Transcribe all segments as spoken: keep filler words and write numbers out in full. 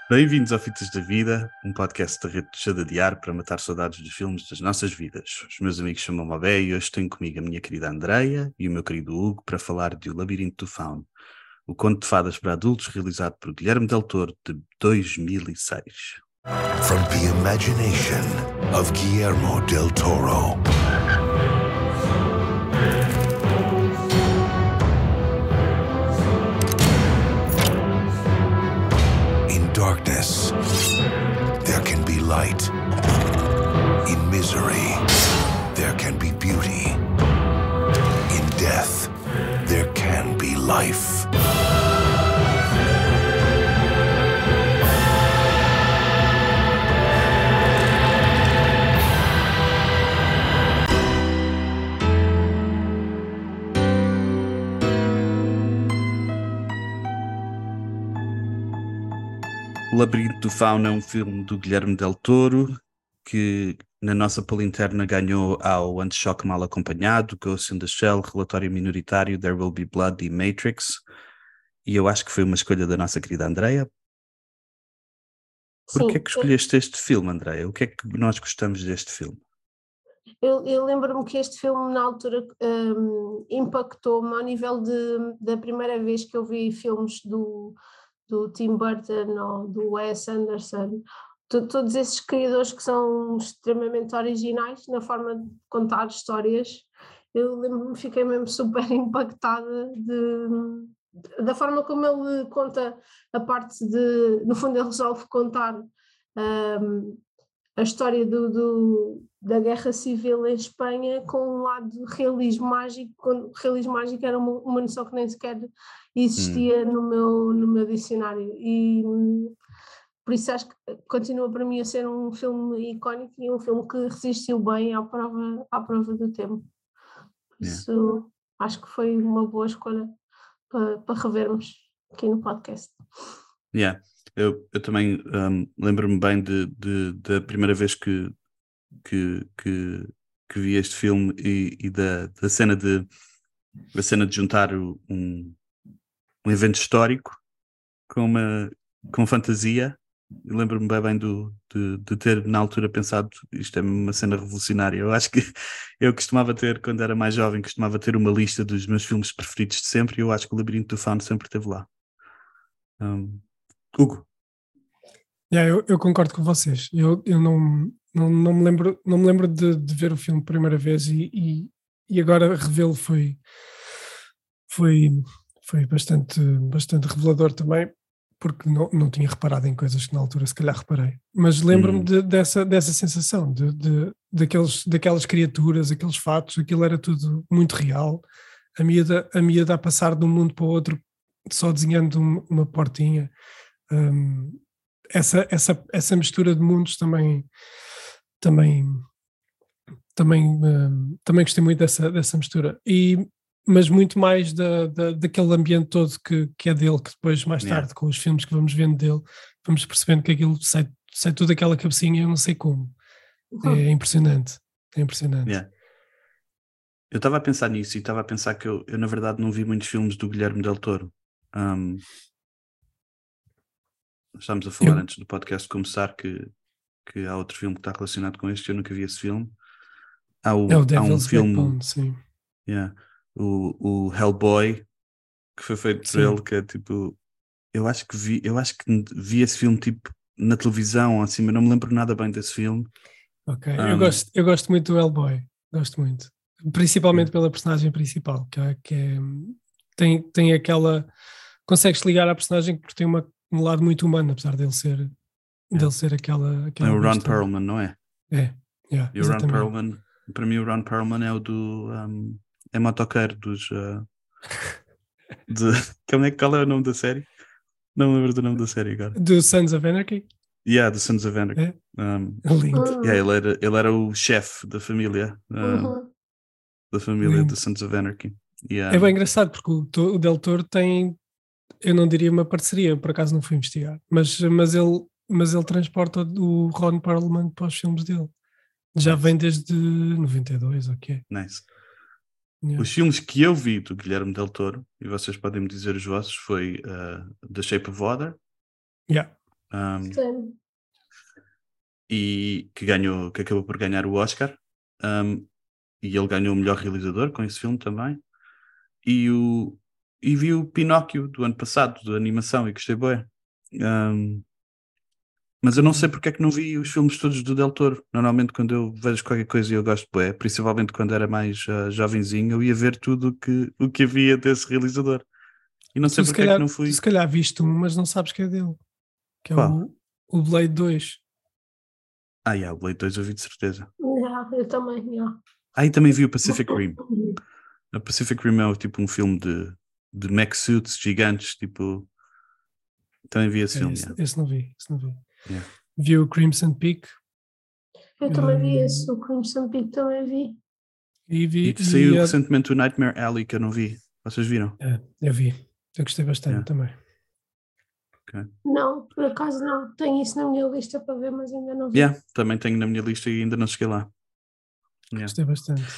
Bem-vindos ao Fitas da Vida, um podcast da rede Deixa de Adiar para matar saudades dos filmes das nossas vidas. Os meus amigos chamam-me Abé e hoje tenho comigo a minha querida Andreia e o meu querido Hugo para falar de O Labirinto do Fauno, o conto de fadas para adultos realizado por Guilherme Del Toro de dois mil e seis. From the imagination of Guillermo del Toro. In darkness, there can be light. In misery, there can be beauty. In death, there can be life. O Labirinto do Fauno é um filme do Guilherme Del Toro que na nossa polinterna ganhou ao Anti-Choque Mal Acompanhado, Ghost in the Shell, Relatório Minoritário, There Will Be Blood e Matrix, e eu acho que foi uma escolha da nossa querida Andreia. Por que é que escolheste este filme, Andreia? O que é que nós gostamos deste filme? Eu, eu lembro-me que este filme na altura um, impactou-me ao nível de, da primeira vez que eu vi filmes do, do Tim Burton ou do Wes Anderson, to, todos esses criadores que são extremamente originais na forma de contar histórias. Eu lembro-me, fiquei mesmo super impactada de, da forma como ele conta a parte de, no fundo ele resolve contar um, a história do, do, da Guerra Civil em Espanha com um lado de realismo mágico, quando realismo mágico era uma, uma noção que nem sequer existia hum. no, meu, no meu dicionário, e por isso acho que continua para mim a ser um filme icónico e um filme que resistiu bem à prova, à prova do tempo. Por isso yeah. acho que foi uma boa escolha para, para revermos aqui no podcast. Yeah. Eu, eu também um, lembro-me bem de, de, da primeira vez que, que, que, que vi este filme e, e da, da cena de da cena de juntar um, um evento histórico com uma com fantasia. Eu lembro-me bem, bem do, de, de ter na altura pensado isto é uma cena revolucionária. Eu acho que eu costumava ter, quando era mais jovem, costumava ter uma lista dos meus filmes preferidos de sempre e eu acho que o Labirinto do Fauno sempre esteve lá. Um, Hugo. Yeah, eu, eu concordo com vocês. Eu, eu não, não, não me lembro, não me lembro de, de ver o filme pela primeira vez e, e, e agora revê-lo foi, foi, foi bastante, bastante revelador também, porque não, não tinha reparado em coisas que na altura se calhar reparei. Mas lembro-me hum. de, dessa, dessa sensação, de, de, daqueles, daquelas criaturas, aqueles fatos, aquilo era tudo muito real. A miúda, a miúda a passar de um mundo para o outro só desenhando uma, uma portinha. Um, essa, essa, essa mistura de mundos também também também, um, também gostei muito dessa, dessa mistura, e, mas muito mais da, da, daquele ambiente todo que, que é dele, que depois mais tarde yeah. com os filmes que vamos vendo dele vamos percebendo que aquilo sai, sai tudo daquela cabecinha, eu não sei como. Uhum. É impressionante, é impressionante. Yeah. Eu estava a pensar nisso e estava a pensar que eu, eu na verdade não vi muitos filmes do Guilherme Del Toro. Um, Estamos a falar eu... antes do podcast começar que, que há outro filme que está relacionado com este, eu nunca vi esse filme. Há, o, é o há um Devil's filme, Backbone, sim. Yeah, o, o Hellboy, que foi feito por ele, que é tipo, eu acho que vi, eu acho que vi esse filme tipo na televisão, assim, mas não me lembro nada bem desse filme. Ok, um, eu, gosto, eu gosto muito do Hellboy, gosto muito, principalmente yeah. pela personagem principal, que, é, que é, tem, tem aquela, consegues ligar à personagem porque tem uma um lado muito humano, apesar dele ser, yeah. dele ser aquela... aquela é o Ron Perlman, não é? É, yeah, e o Ron Perlman, para mim o Ron Perlman é o do... Um, é motoqueiro dos... Uh, de, como é, qual é o nome da série? Não me lembro do nome da série agora. Do Sons of Anarchy? Yeah, do Sons of Anarchy. É? Um, Lindo. Yeah, ele, era, ele era o chefe da família. Um, uhum. Da família do Sons of Anarchy. Yeah. É bem engraçado, porque o, o Del Toro tem... Eu não diria uma parceria, por acaso não fui investigar, mas, mas, ele, mas ele transporta o Ron Perlman para os filmes dele. Já nice. Vem desde noventa e dois, ok? Nice. Yeah. Os filmes que eu vi do Guilherme Del Toro, e vocês podem me dizer os vossos, foi uh, The Shape of Water, yeah. um, Sim. e que ganhou, que acabou por ganhar o Oscar, um, e ele ganhou o melhor realizador com esse filme também. E, o, e vi o Pinóquio do ano passado, de animação, e gostei bem. Um, mas eu não sei porque é que não vi os filmes todos do Del Toro. Normalmente quando eu vejo qualquer coisa e eu gosto bué, principalmente quando era mais uh, jovenzinho, eu ia ver tudo o que, o que havia desse realizador. E não sei Tu se, porque é calhar, que não tu fui. se calhar viste um, mas não sabes que é dele. Que é Qual? o, o Blade dois. Ah, yeah, o Blade dois eu vi de certeza. Yeah, eu também, yeah. Ah, e também vi o Pacific Rim. O Pacific Rim é tipo um filme de, de mech suits gigantes, tipo... Também vi esse É, filme, esse, yeah. esse não vi, esse não vi. Yeah. Vi o Crimson Peak. Eu também vi Hum, esse, o Crimson Peak também vi. E vi. E saiu e, uh, recentemente o Nightmare Alley, que eu não vi. Vocês viram? é, eu vi. Eu gostei bastante Yeah. também. Okay. Não, por acaso não. Tenho isso na minha lista para ver, mas ainda não vi. Yeah, também tenho na minha lista e ainda não cheguei lá. Yeah. Gostei bastante.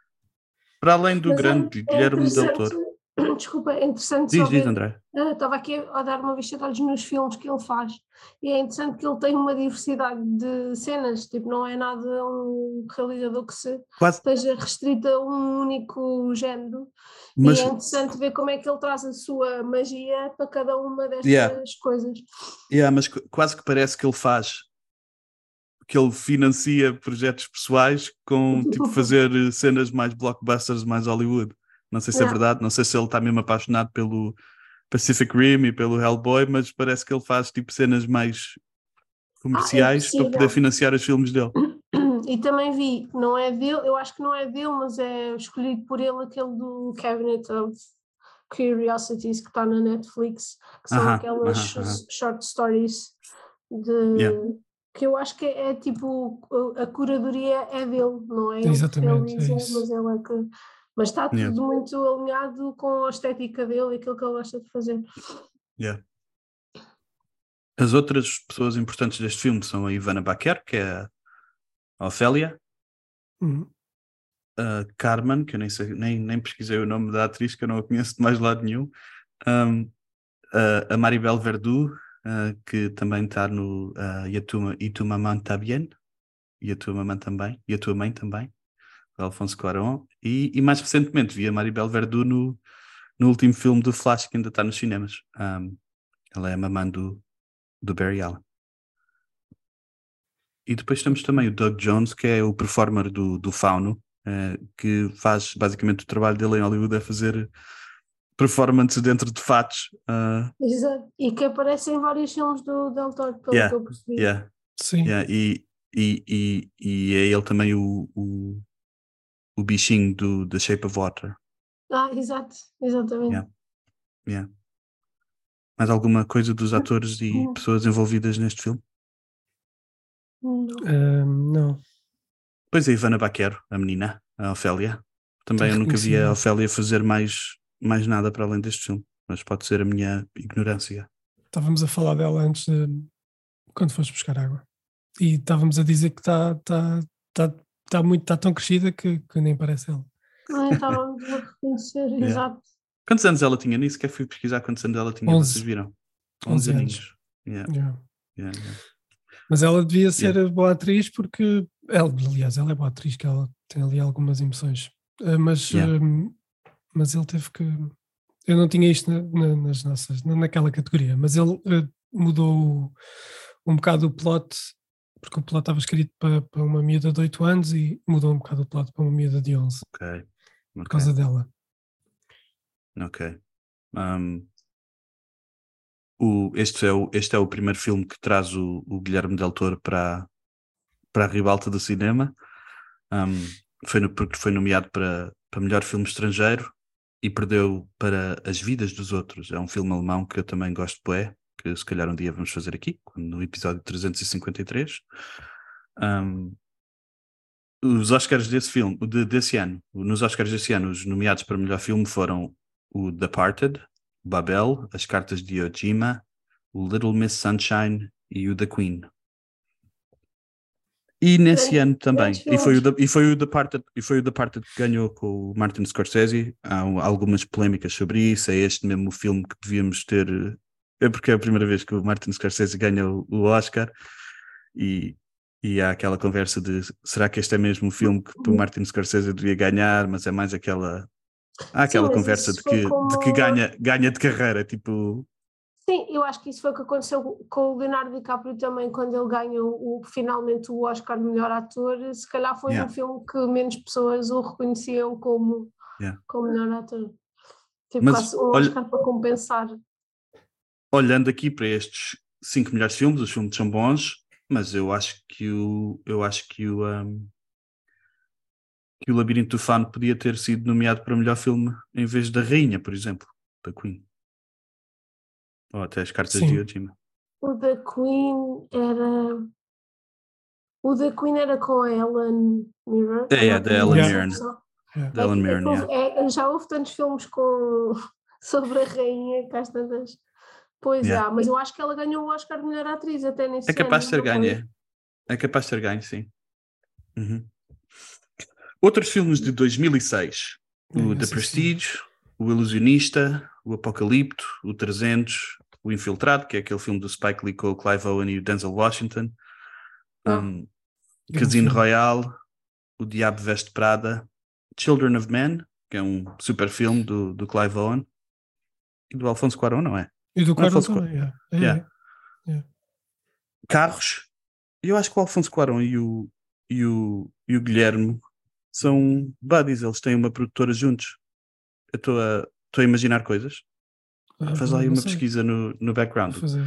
Para além do Mas é, grande é Guilherme Del interessante, Toro. desculpa, é interessante Diz, só diz, ver. André. Ah, estava aqui a dar uma vista de olhos nos filmes que ele faz e é interessante que ele tem uma diversidade de cenas, tipo, não é nada um realizador que se Quase, esteja restrito a um único género. mas, E é interessante ver como é que ele traz a sua magia para cada uma destas yeah, coisas. yeah, mas qu- quase que parece que ele faz, que ele financia projetos pessoais com, tipo, fazer eh, cenas mais blockbusters, mais Hollywood. Não sei se é Yeah. verdade, não sei se ele está mesmo apaixonado pelo Pacific Rim e pelo Hellboy, mas parece que ele faz, tipo, cenas mais Ah, é comerciais para poder possível. financiar os filmes dele. E também vi, não é dele, eu acho que não é dele, mas é escolhido por ele aquele do Cabinet of Curiosities que está na Netflix, que são Aham, aquelas aham, aham. short stories de Yeah, que eu acho que é, é tipo a curadoria é dele, não é ele que Exatamente, é realiza, isso. mas ele é que mas está tudo yeah, muito alinhado com a estética dele e aquilo que ele gosta de fazer. yeah. As outras pessoas importantes deste filme são a Ivana Baquer, que é a Ofélia, Hum. a Carmen, que eu nem, sei, nem, nem pesquisei o nome da atriz, que eu não a conheço de mais lado nenhum, um, a, a Maribel Verdú, uh, que também está no uh, E a tua, e tu mamãe está bien, e a tua mamãe também, e a tua mãe também, Alfonso Cuarón, e, e mais recentemente vi a Maribel Verdú no, no último filme do Flash, que ainda está nos cinemas. Um, ela é a mamãe do, do Barry Allen. E depois temos também o Doug Jones, que é o performer do, do Fauno, eh, que faz basicamente o trabalho dele em Hollywood é fazer performances dentro de fatos. Uh, Exato. E que aparece em vários filmes do Del Toro, pelo yeah, que eu percebi. yeah, Sim. yeah. E, e, e, e é ele também o, o, o bichinho do The Shape of Water. Ah, exato, exatamente. Yeah, yeah. Mais alguma coisa dos atores e pessoas envolvidas neste filme? Não. Hum, não. Pois é, Ivana Baquero, a menina, a Ofélia. Também Tem eu nunca vi a reconhecível. Ofélia fazer mais, mais nada para além deste filme, mas pode ser a minha ignorância. Estávamos a falar dela antes de quando foste buscar água. E estávamos a dizer que está tá, tá, tá muito, tá tão crescida que, que nem parece ela. Não estávamos a reconhecer, Yeah. exato. Quantos anos ela tinha? Nem sequer fui pesquisar quantos anos ela tinha, onze. vocês viram? onze onze anos. aninhos. Yeah, Yeah. yeah, yeah. Mas ela devia ser Yeah. boa atriz porque ela, aliás, ela é boa atriz, que ela tem ali algumas emoções. Uh, mas, Yeah. um, mas ele teve que. Eu não tinha isto na, na, nas nossas, na, naquela categoria, mas ele uh, mudou um bocado o plot, porque o plot estava escrito para, para uma miúda de oito anos e mudou um bocado o plot para uma miúda de onze, Ok, por ok, causa dela. ok. Um, o, este, é o, este é o primeiro filme que traz o, o Guilherme Del Toro para, para a ribalta do cinema. Um, foi, no, porque foi nomeado para, para melhor filme estrangeiro e perdeu para As Vidas dos Outros. É um filme alemão que eu também gosto bué, que se calhar um dia vamos fazer aqui, no episódio trezentos e cinquenta e três. Um, os Oscars desse filme, de, desse ano, nos Oscars desse ano, os nomeados para melhor filme foram o Departed, o Babel, As Cartas de Iwo Jima, o Little Miss Sunshine e o The Queen. E nesse ano também, e foi, o, e, foi o Departed, e foi o Departed que ganhou com o Martin Scorsese. Há algumas polémicas sobre isso. É este mesmo filme que devíamos ter é porque é a primeira vez que o Martin Scorsese ganha o, o Oscar e, e há aquela conversa de será que este é mesmo o filme que o Martin Scorsese devia ganhar, mas é mais aquela há aquela Sim, mas conversa isso de foi que, como- de que ganha, ganha de carreira, tipo Sim, eu acho que isso foi o que aconteceu com o Leonardo DiCaprio também, quando ele ganhou o, finalmente o Oscar de melhor ator. Se calhar foi Yeah. um filme que menos pessoas o reconheciam como, yeah. como melhor ator. Tipo, Mas, quase um olha- Oscar para compensar. olhando aqui para estes cinco melhores filmes, os filmes são bons, mas eu acho que o eu acho que o um, que o Labirinto do Fauno podia ter sido nomeado para melhor filme em vez da Rainha, por exemplo, da Queen. Ou até as cartas Sim. de Ojima. O da Queen era... O da Queen era com a Ellen Mirren. É, é, da Ellen Yeah. Mirren. É. Da Ellen É que- é Mirren, que houve- yeah. é- já houve tantos filmes com, sobre a rainha que às tantas... Pois Yeah. é, mas eu acho que ela ganhou o Oscar de melhor atriz até nesse É capaz de ano, ter não ganho, foi? é. É capaz de ter ganho, sim. Uhum. Outros filmes de dois mil e seis. O É, The sim, Prestige, O Ilusionista, O Apocalipto, O trezentos, O Infiltrado, que é aquele filme do Spike Lee com o Clive Owen e o Denzel Washington. Ah. Um, Grande Casino filme. Royale, O Diabo Veste Prada, Children of Men, que é um super filme do, do Clive Owen e do Alfonso Cuarón, não é? E do Não, Cuarón Alfonso também, yeah. É, Yeah. é. Carros. Eu acho que o Alfonso Cuarón e o, e o, e o Guilherme são buddies, eles têm uma produtora juntos. Eu estou a, estou a imaginar coisas. Ah, Faz lá aí não uma sei. pesquisa no, no background. Vou fazer.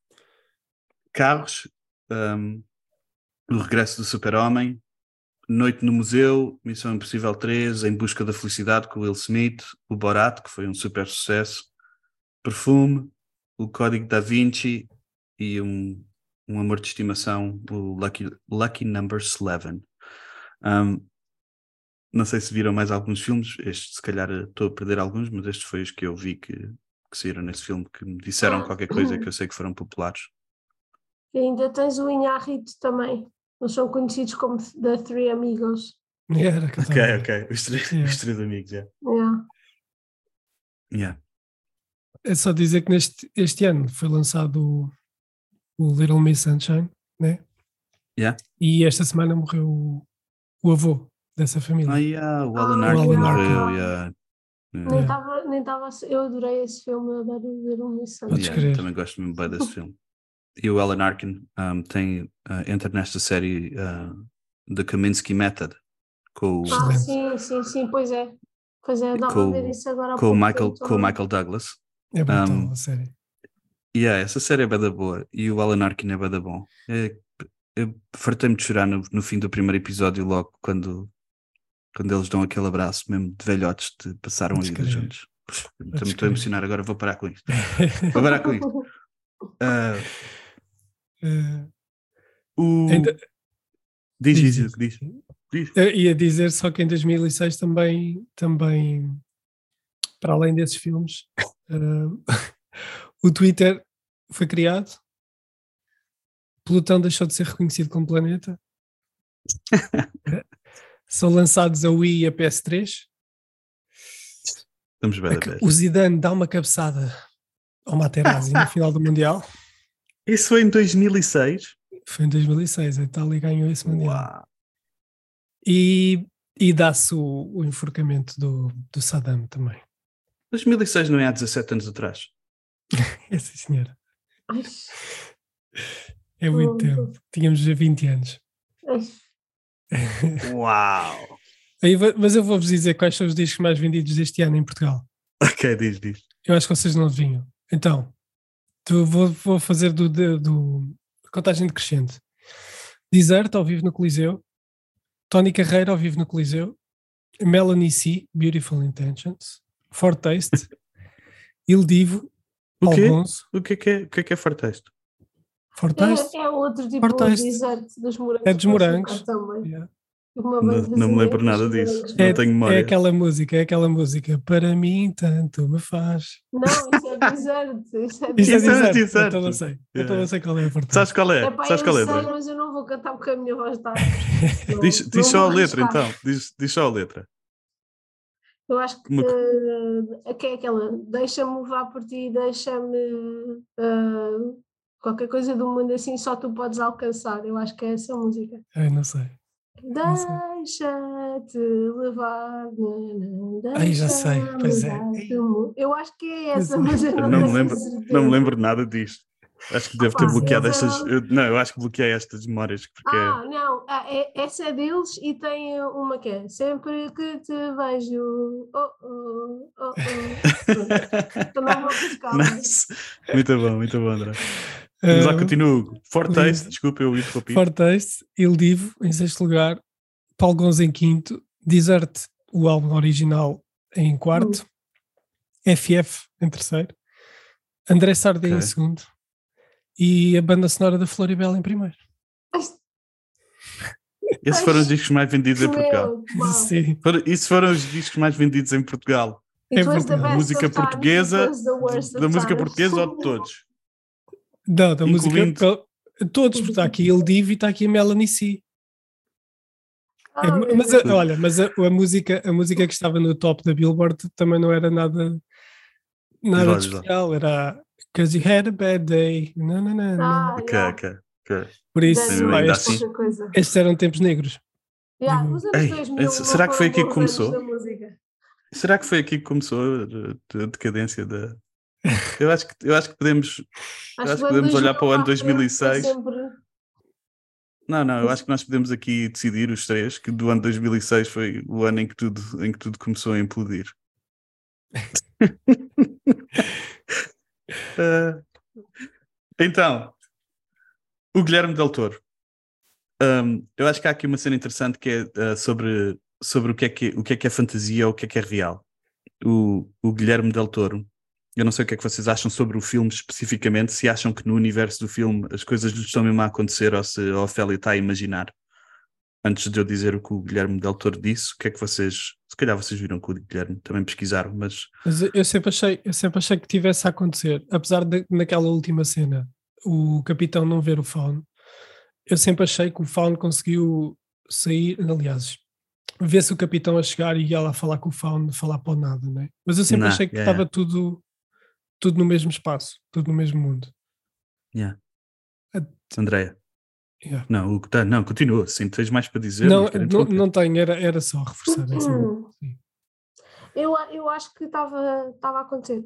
Carros, um, O Regresso do Super-Homem, Noite no Museu, Missão Impossível três, Em Busca da Felicidade com Will Smith, o Borat, que foi um super sucesso, Perfume, o Código da Vinci e um, um amor de estimação, o Lucky, Lucky Number eleven. Um, não sei se viram mais alguns filmes, este se calhar estou a perder alguns, mas estes foi os que eu vi que, que saíram nesse filme, que me disseram Ah. qualquer coisa que eu sei que foram populares. E ainda tens o Inharrito também. Eles são conhecidos como The Three Amigos. Era que eu Ok, tava a ver. ok, os três, Yeah. os três amigos, já. Yeah. Yeah. É só dizer que neste este ano foi lançado o, o Little Miss Sunshine, né? Yeah. E esta semana morreu o, o avô dessa família. Ah, yeah, o Ah, Alan o Arkin Alan morreu, Arkin. yeah. Nem Yeah. estava, nem estava. Eu adorei esse filme, eu adoro ver um Miss Podes Yeah, crer. também gosto muito bem desse filme. E o Alan Arkin um, tem, uh, entra nesta série uh, The Kaminsky Method com, o- Ah, Excelente. sim, sim, sim, pois é. Pois é, eu estava Com- a ver isso agora há com, o pouco Michael, tempo com o também. Michael Douglas. É brutal Um, a série. E yeah, essa série é bada boa e o Alan Arkin é bada bom. É, eu fartei-me de chorar no, no fim do primeiro episódio, logo quando, quando eles dão aquele abraço, mesmo de velhotes, de passaram a Podes vida crer. juntos. Estou-me Podes estou a crer. emocionar agora, vou parar com isto. Vou parar com isto. Ah, Eh, o... ainda- Diz, diz, diz, diz. diz, diz. Eu ia dizer só que em dois mil e seis também, também para além desses filmes, eh, o Twitter foi criado, Plutão deixou de ser reconhecido como planeta, são lançados a Wii e a P S três, Estamos bem da vez. o Zidane dá uma cabeçada ao Materazzi no final do Mundial, Isso foi em dois mil e seis? foi em dois mil e seis, a Itália ganhou esse Mundial. Uau. E, e dá-se o, o enforcamento do, do Saddam também. dois mil e seis não é há dezassete anos atrás? É sim, senhora. Ai, É muito Uhum. tempo. Tínhamos já vinte anos. ai. Uau! Aí, vou- mas eu vou-vos dizer quais são os discos mais vendidos deste ano em Portugal. Ok, diz, diz. Eu acho que vocês não adivinham. Então, tu- vou, vou fazer do, do, do contagem decrescente. Desert, ao vivo no Coliseu. Tony Carreira, ao vivo no Coliseu. Melanie C, Beautiful Intentions. Fortaste. Il Divo. O quê? Alonso. O que é que é, o que é, que é Fortaste? Fortaste. É, é outro tipo Fortaste. de desert dos morangos. É dos com morangos. açúcar também. Yeah. Uma Não, não me bandazinha lembro dos nada disso. morangos. Não É, tenho é memória. aquela música, é aquela música. Para mim, tanto me faz. Não, isso é desert. Isso é Isso é Isso é deserto. deserto. Então não sei. Yeah. Então não sei qual é a Fortaste. Sabes qual é? Epá, Sabes eu qual é a sei, letra? mas eu não vou cantar porque a minha voz está. Não, Diz, não diz só a vou letra arriscar. então. Diz, diz só a letra. Eu acho que, Uma co- uh, que é aquela, deixa-me levar por ti, deixa-me uh, qualquer coisa do mundo assim, só tu podes alcançar. Eu acho que é essa música. Ai, não sei. Não sei. Deixa-te levar, Ai, já sei. deixa-me Pois é. dar-te o mundo. Eu acho que é Pois essa, é. mas eu Eu não não me tenho lembro, certeza. não me lembro nada disto. Acho que devo ter Opa, bloqueado eles estas. eram- eu- não, eu acho que bloqueei estas memórias porque é. Ah, não, ah, é- essa é deles e tem uma que é sempre que te vejo. Oh, oh, oh, oh. Eu não vou buscar, mas. Nice. Muito bom, muito bom, André. Mas lá Uh, continuo. Fortaste, lindo. desculpa, eu interrompi. Fortaste, Il Divo em sexto lugar, Paulo Gonzo em quinto, Desert, o álbum original, em quarto, F F em terceiro, André Sardé em Ok. segundo e a banda sonora da Floribela em primeiro. Esses foram os discos mais vendidos em Portugal. Meu, wow. Sim, Foram- Isso foram os discos mais vendidos em Portugal. It É was the Portugal. best Música of times, portuguesa, it was the worst da of música times. portuguesa ou de todos? não, da música, Incluindo- todos, porque está aqui Il Divo e está aqui a Melanie C. É, Ah, meu mas a- Deus. olha, mas a, a música, a música que estava no top da Billboard também não era nada, nada lá, de diz lá. especial, era Because You Had a Bad Day. Não, não, não, não. Ah, Ok, yeah. ok, ok. Por isso, Dead pá, ainda Note, assim. qualquer coisa. estes eram tempos negros. Yeah, Digo- os anos Ei, dois mil esse- não será que foi foram aqui que bons anos começou? da música. Será que foi aqui que começou a, a decadência da. Eu acho que, eu acho que podemos. Eu acho que o ano podemos olhar dois mil para o ano para a frente foi dois mil e seis. sempre- Não, não, eu acho que nós podemos aqui decidir os três que do ano dois mil e seis foi o ano em que tudo, em que tudo começou a implodir. Ah, então, o Guilherme Del Toro. Um, eu acho que há aqui uma cena interessante que é uh, sobre, sobre o, que é que, o que é que é fantasia ou o que é que é real. O, o Guilherme Del Toro. Eu não sei o que é que vocês acham sobre o filme especificamente, se acham que no universo do filme as coisas lhe estão mesmo a acontecer ou se a Ofélia está a imaginar. Antes de eu dizer o que o Guilherme Del Toro disse, o que é que vocês... Se calhar vocês viram que o Guilherme também pesquisaram, mas... Mas eu- eu sempre achei, eu sempre achei que tivesse a acontecer, apesar de naquela última cena o capitão não ver o Fawn, eu sempre achei que o Fawn conseguiu sair, aliás, vê-se o capitão a chegar e ela a falar com o Fawn, falar para o nada, né? Mas eu sempre Nah, achei que yeah, estava yeah. tudo, tudo no mesmo espaço, tudo no mesmo mundo. Yeah. A- Andréia. yeah. Não, o que tá, não, continua. Sim, tens mais para dizer? Não, Não, quero não, interromper. não tenho, era, era só reforçar essa. Hum. Sim. Eu, a- eu acho que estava estava a acontecer.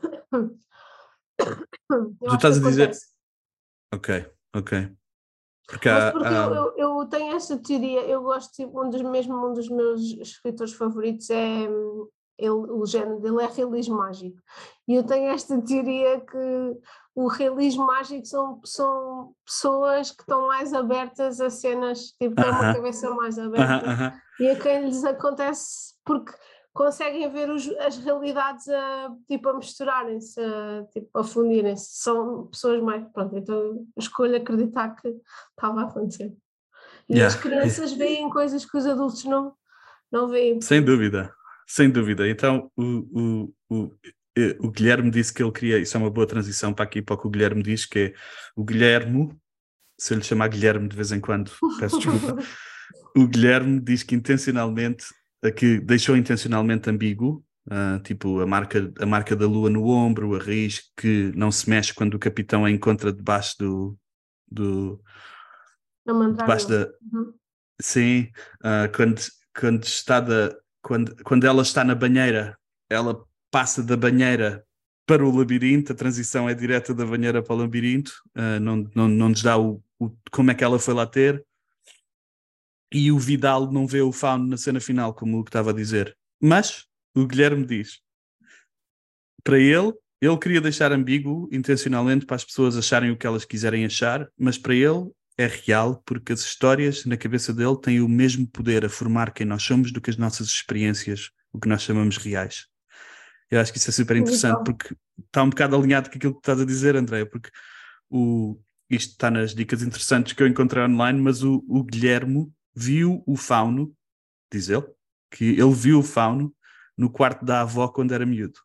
Eu Tu acho estás que a dizer... acontece. Ok, ok. Porque Mas há... porque há- eu, eu, eu tenho esta teoria, eu gosto, tipo, um dos, mesmo um dos meus escritores favoritos é hum, ele, o género dele é realismo mágico. E eu tenho esta teoria que o realismo mágico são, são pessoas que estão mais abertas a cenas, tipo, têm uma Aham. cabeça mais Aham, aberta aham. e a quem lhes acontece porque conseguem ver os- as realidades a, tipo, a misturarem-se, a, tipo, a fundirem-se. São pessoas mais. Pronto, então eu escolho acreditar que estava a acontecer. E Yeah. as crianças veem coisas que os adultos não, não veem. Sem dúvida, sem dúvida. Então, o, o, o, eh, o Guilherme disse que ele queria, isso é uma boa transição para aqui, para o que o Guilherme diz, que é o Guilherme, se eu lhe chamar Guilherme de vez em quando, peço desculpa, o Guilherme diz que intencionalmente, eh, que deixou intencionalmente ambíguo, ah, tipo a marca, a marca da lua no ombro, a raiz que não se mexe quando o capitão a encontra debaixo do... do A mandragora. debaixo da, Uhum. sim, ah, quando, quando, está da, quando, quando ela está na banheira, ela passa da banheira para o labirinto, a transição é direta da banheira para o labirinto, ah, não, não, não nos dá o, o, como é que ela foi lá ter, e o Vidal não vê o Fauno na cena final, como o que estava a dizer. Mas o Guilherme diz, para ele, ele queria deixar ambíguo intencionalmente para as pessoas acharem o que elas quiserem achar, mas para ele é real porque as histórias na cabeça dele têm o mesmo poder a formar quem nós somos do que as nossas experiências, o que nós chamamos reais. Eu acho que isso é super interessante Então. porque está um bocado alinhado com aquilo que estás a dizer, André, porque o, isto está nas dicas interessantes que eu encontrei online, mas o, o Guilherme viu o Fauno, diz ele, que ele viu o Fauno no quarto da avó quando era miúdo.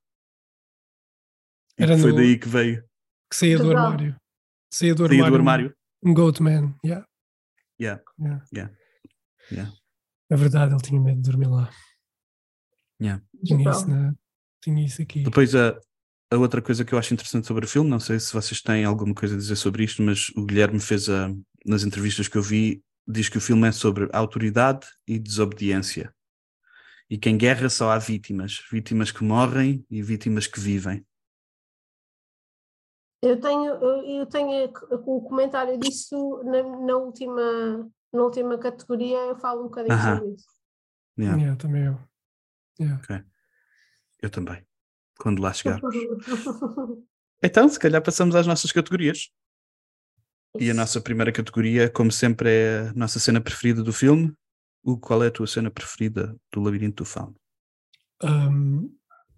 E Era que foi no- daí que veio. Que saía do Verdade. armário. Saía do Saía armário. do armário. Um Goatman, yeah. Yeah, Yeah. yeah, yeah. É verdade, ele tinha medo de dormir lá. Yeah. Tinha isso, na, tinha isso aqui. Depois a, a outra coisa que eu acho interessante sobre o filme, não sei se vocês têm alguma coisa a dizer sobre isto, mas o Guilherme fez a, nas entrevistas que eu vi, diz que o filme é sobre autoridade e desobediência. E que em guerra só há vítimas, vítimas que morrem e vítimas que vivem. Eu tenho, eu, eu tenho o comentário disso na, na, última, na última categoria, eu falo um bocadinho Aham. sobre isso. Yeah. Yeah, também eu. Yeah. Okay. Eu também, quando lá chegarmos. Então, se calhar passamos às nossas categorias. E a nossa primeira categoria, como sempre, é a nossa cena preferida do filme. O, qual é a tua cena preferida do Labirinto do Fauno? Um,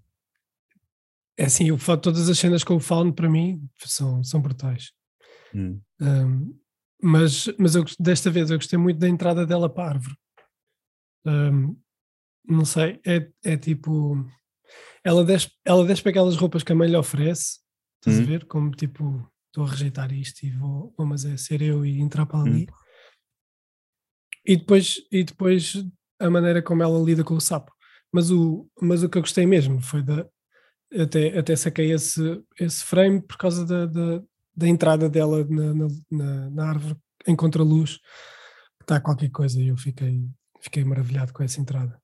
é assim, eu falo, todas as cenas com o Fauno para mim são, são brutais. Hum. Um, mas mas eu, desta vez eu gostei muito da entrada dela para a árvore. Um, não sei, é, é tipo... Ela desce, ela desce para aquelas roupas que a mãe lhe oferece, estás Hum. a ver? Como tipo, estou a rejeitar isto e vou, vou mas é ser eu e entrar para ali. Hum. E depois, e depois a maneira como ela lida com o sapo. Mas o, mas o que eu gostei mesmo foi da... Até, até saquei esse, esse frame por causa da, da, da entrada dela na, na, na, na árvore em contraluz. Está qualquer coisa e eu fiquei, fiquei maravilhado com essa entrada.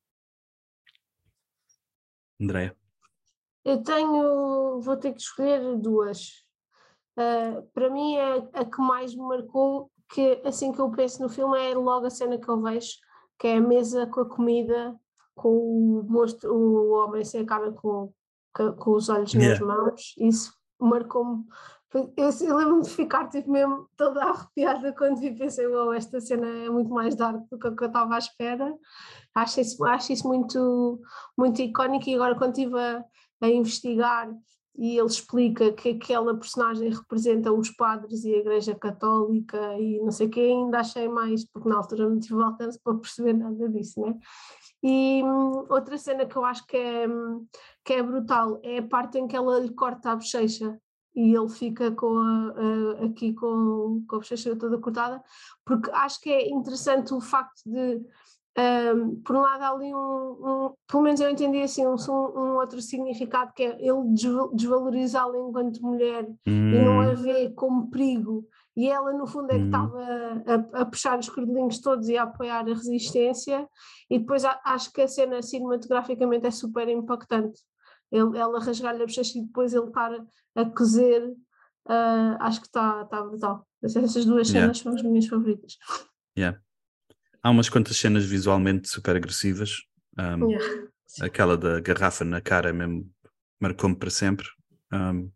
Andréia? Eu tenho, vou ter que escolher duas. Uh, para mim é a que mais me marcou, que assim que eu penso no filme é logo a cena que eu vejo, que é a mesa com a comida, com o monstro, o homem sem a cara com, com, com os olhos Yeah. nas mãos. Isso marcou-me. Eu, eu lembro-me de ficar tipo, mesmo toda arrepiada quando vi, pensei, oh, esta cena é muito mais dark do que o que eu estava à espera. Acho isso, acho isso muito, muito icónico, e agora quando estive a, a investigar e ele explica que aquela personagem representa os padres e a Igreja Católica e não sei o que, ainda achei mais, porque na altura não tive alcance para perceber nada disso, né? E hum, outra cena que eu acho que é, que é brutal é a parte em que ela lhe corta a bochecha e ele fica com a, a, aqui com, com a bochecha toda cortada, porque acho que é interessante o facto de Um, por um lado há ali um, um, pelo menos eu entendi assim, um, um outro significado, que é ele desvalorizá-la enquanto mulher Hum. e não a vê como perigo, e ela no fundo é que Hum. estava a, a puxar os cordelinhos todos e a apoiar a resistência. E depois a, acho que a cena cinematograficamente é super impactante, ele, ela rasgar-lhe a bochecha e depois ele estar a, a cozer, uh, acho que está tá brutal. Essas duas Yeah. cenas são as minhas favoritas. Yeah. Há umas quantas cenas visualmente super agressivas. Um, Yeah. aquela da garrafa na cara mesmo marcou-me para sempre. Um,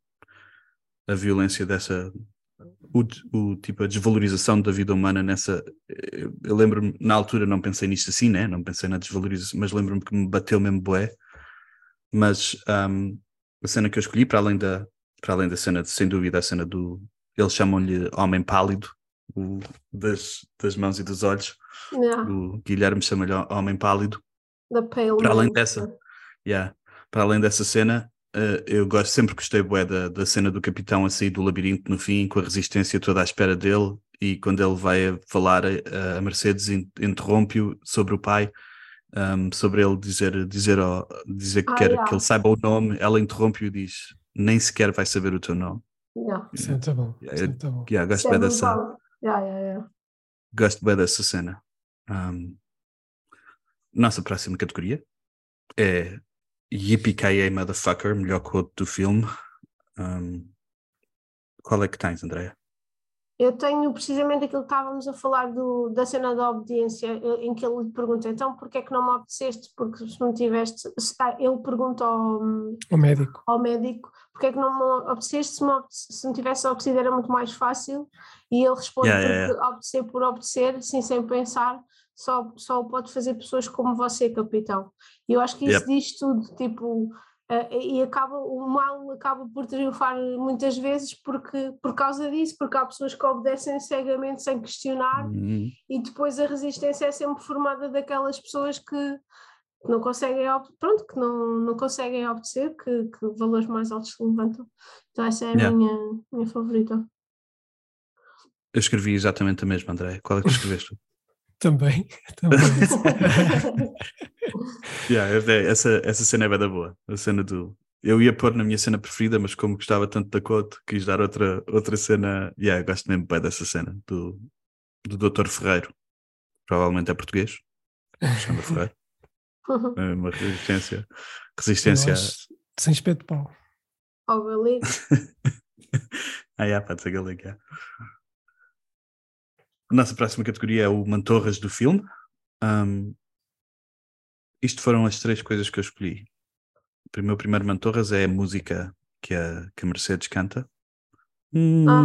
a violência dessa, o, o tipo a desvalorização da vida humana nessa. Eu, eu lembro-me, na altura não pensei nisto assim, né? Não pensei na desvalorização, mas lembro-me que me bateu mesmo bué. Mas um, a cena que eu escolhi, para além da, para além da cena, de, sem dúvida, a cena do. Eles chamam-lhe Homem Pálido, o, das, das mãos e dos olhos. Yeah. O Guilherme chama-lhe Homem Pálido. The Pale Para além Man. dessa, yeah, para além dessa cena, uh, eu gosto, sempre gostei bué da, da cena do capitão a sair do labirinto no fim, com a resistência toda à espera dele, e quando ele vai a falar, a, a Mercedes interrompe-o sobre o pai, um, sobre ele dizer, dizer, oh, dizer que Ah, quer yeah. que ele saiba o nome, ela interrompe-o e diz, nem sequer vai saber o teu nome. Yeah. Isso é muito bom. Yeah, Isso é eu- muito bom. yeah, gosto Isso é bem dessa, brutal. Yeah, yeah, yeah. gosto bem dessa cena. Um, nossa próxima categoria é Yippee-ki-yay Motherfucker, melhor quote do filme. Um, qual é que tens, Andréia? Eu tenho precisamente aquilo que estávamos a falar do, da cena da obediência, em que ele lhe pergunta, então porquê é que não me obedeceste? Porque se não tiveste, se, ah, ele pergunta ao, O médico. ao médico, porquê é que não me obedeceste? Se, me obedece, se não tivesse obedecido era muito mais fácil. E ele responde, Yeah, porque yeah, yeah. obedecer por obedecer, assim, sem pensar, só, só pode fazer pessoas como você, capitão. E eu acho que isso Yep. diz tudo, tipo... Uh, e acaba, o mal acaba por triunfar muitas vezes porque, por causa disso, porque há pessoas que obedecem cegamente sem questionar, Uhum. e depois a resistência é sempre formada daquelas pessoas que não conseguem, pronto, que não, não conseguem obedecer, que, que valores mais altos se levantam. Então essa é a Yeah. minha, minha favorita. Eu escrevi exatamente a mesma, Andréia. Qual é que escreveste? Também, também. Yeah, é- essa, essa cena é bem da boa. A cena do. Eu ia pôr na minha cena preferida, mas como gostava tanto da Cote, quis dar outra, outra cena. Yeah, eu gosto mesmo bem dessa cena do, do doutor Ferreiro. Provavelmente é português. Alexandre Ferreiro. É uma resistência. Resistência. Eu acho, sem espeto de pau. Ao galego. Ah, yeah, pode ser galego. Yeah. A nossa próxima categoria é o Mantorras do filme. Um, isto foram as três coisas que eu escolhi. O meu primeiro Mantorras é a música que a, que a Mercedes canta. Ah.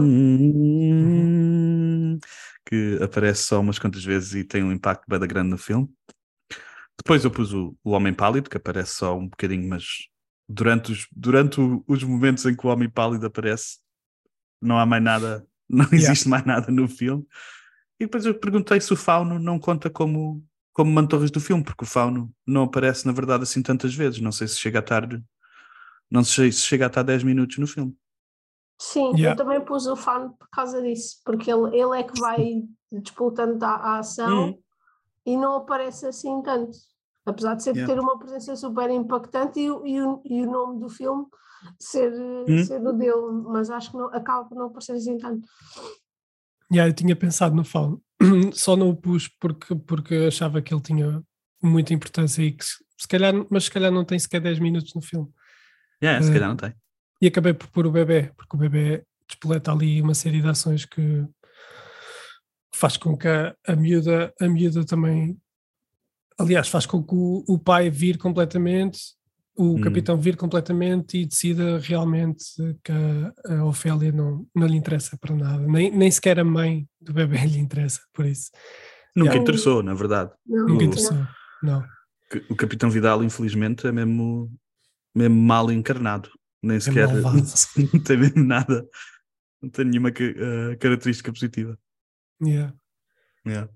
Que aparece só umas quantas vezes e tem um impacto bem grande no filme. Depois eu pus o, o Homem Pálido, que aparece só um bocadinho, mas durante os, durante o, os momentos em que o Homem Pálido aparece, não há mais nada, não existe yeah. mais nada no filme. E depois eu perguntei se o Fauno não conta como, como Mantorras do filme, porque o Fauno não aparece, na verdade, assim tantas vezes. Não sei se chega a estar, não sei se chega a estar dez minutos no filme. Sim, yeah. Eu também pus o Fauno por causa disso, porque ele, ele é que vai disputando a, a ação uhum. e não aparece assim tanto. Apesar de ser, yeah. ter uma presença super impactante e, e, o, e o nome do filme ser, uhum. ser o dele, mas acho que não, acaba por não aparecer assim tanto. Yeah, eu tinha pensado no Fauno, só não o pus porque, porque achava que ele tinha muita importância e que se calhar, mas se calhar não tem sequer dez minutos no filme. Yeah, se uh, calhar não tem. E acabei por pôr o bebê, porque o bebê despoleta ali uma série de ações que faz com que a, a, miúda, a miúda também, aliás, faz com que o, o pai vire completamente, o hum. capitão vire completamente e decida realmente que a, a Ofélia não, não lhe interessa para nada, nem, nem sequer a mãe do bebê lhe interessa, por isso. Nunca yeah. interessou, na verdade. Não, Nunca o, interessou, não. O Capitão Vidal, infelizmente, é mesmo, mesmo mal encarnado. Nem sequer é não tem mesmo nada, não tem nenhuma uh, característica positiva. Yeah. Yeah.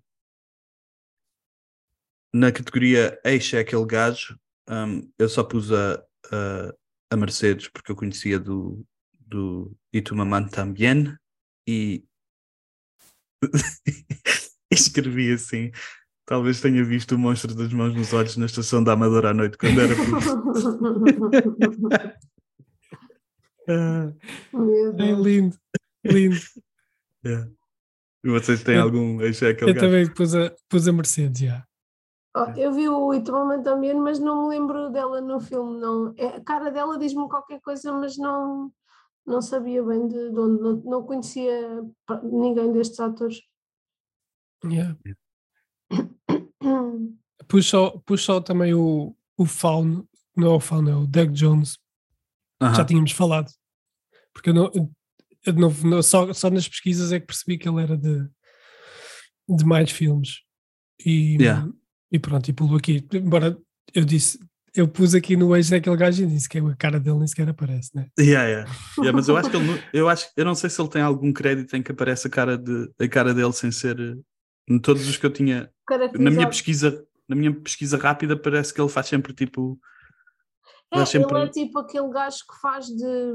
Na categoria Eixe é aquele gajo, um, eu só pus a, a, a Mercedes porque eu conhecia do, do E Tu Mamãe Também e escrevi assim. Talvez tenha visto o Monstro das Mãos nos Olhos na estação da Amadora à noite quando era puto. Ah, é lindo, lindo. Yeah. E vocês têm eu, algum Eixe é aquele eu gajo? também pus a, pus a Mercedes, já. Oh, eu vi o Itamama também, mas não me lembro dela no filme. Não. A cara dela diz-me qualquer coisa, mas não, não sabia bem de, de onde. Não, não conhecia ninguém destes atores. Yeah. Pus só, pus só também o, o Fauno, não é o Fauno, é o Doug Jones. Uh-huh. Já tínhamos falado. Porque eu não, eu não, não, só, só nas pesquisas é que percebi que ele era de, de mais filmes. E, yeah. e pronto, e pulo aqui. Embora eu disse, eu pus aqui no Eixe daquele gajo e disse que a cara dele nem sequer aparece, né? Yeah, yeah. Yeah, mas eu acho que ele, eu acho, eu não sei se ele tem algum crédito em que aparece a cara, de, a cara dele sem ser. Em todos os que eu tinha. Na minha pesquisa, na minha pesquisa rápida, parece que ele faz sempre tipo. É, sempre... ele é tipo aquele gajo que faz de.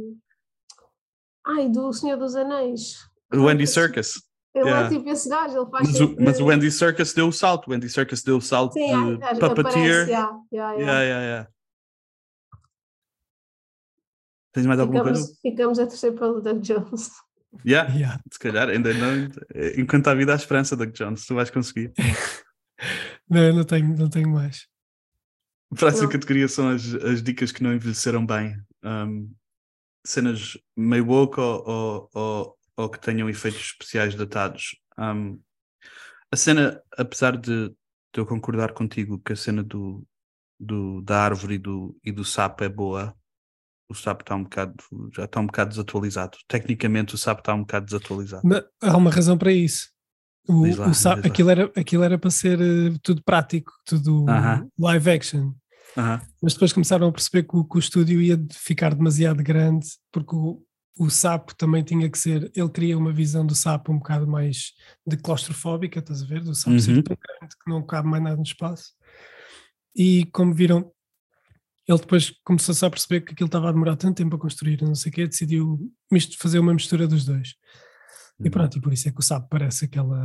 Ai, do Senhor dos Anéis. O Andy Serkis. Ele yeah. é tipo esse gajo, ele faz mas, sempre... o, mas o Andy Serkis deu o salto. O Andy Serkis deu o salto Sim, de é, Puppeteer. Aparece, yeah, yeah, yeah. Yeah, yeah, yeah. Tens mais alguma ficamos, coisa? Ficamos a torcer pelo Doug Jones. Yeah. yeah. Se calhar ainda não. Enquanto há vida há esperança, Doug Jones, tu vais conseguir. Não, não tenho, não tenho mais. A próxima não. categoria são as, as dicas que não envelheceram bem. Um, cenas meio woke ou, ou, ou, ou que tenham efeitos especiais datados. Um, a cena, apesar de, de eu concordar contigo que a cena do, do, da árvore e do, e do sapo é boa, o sapo está um bocado, já está um bocado desatualizado. Tecnicamente o sapo está um bocado desatualizado. Mas há uma razão para isso. O, lá, o sapo, aquilo, era, aquilo era para ser uh, tudo prático, tudo uh-huh. live action. Uh-huh. Mas depois começaram a perceber que o, que o estúdio ia ficar demasiado grande, porque o, o sapo também tinha que ser, ele queria uma visão do sapo um bocado mais de claustrofóbica, estás a ver? Do sapo uh-huh. ser tão grande que não cabe mais nada no espaço. E como viram, ele depois começou-se a perceber que aquilo estava a demorar tanto tempo a construir, não sei o quê, decidiu fazer uma mistura dos dois. E pronto, e por isso é que o sapo parece aquela,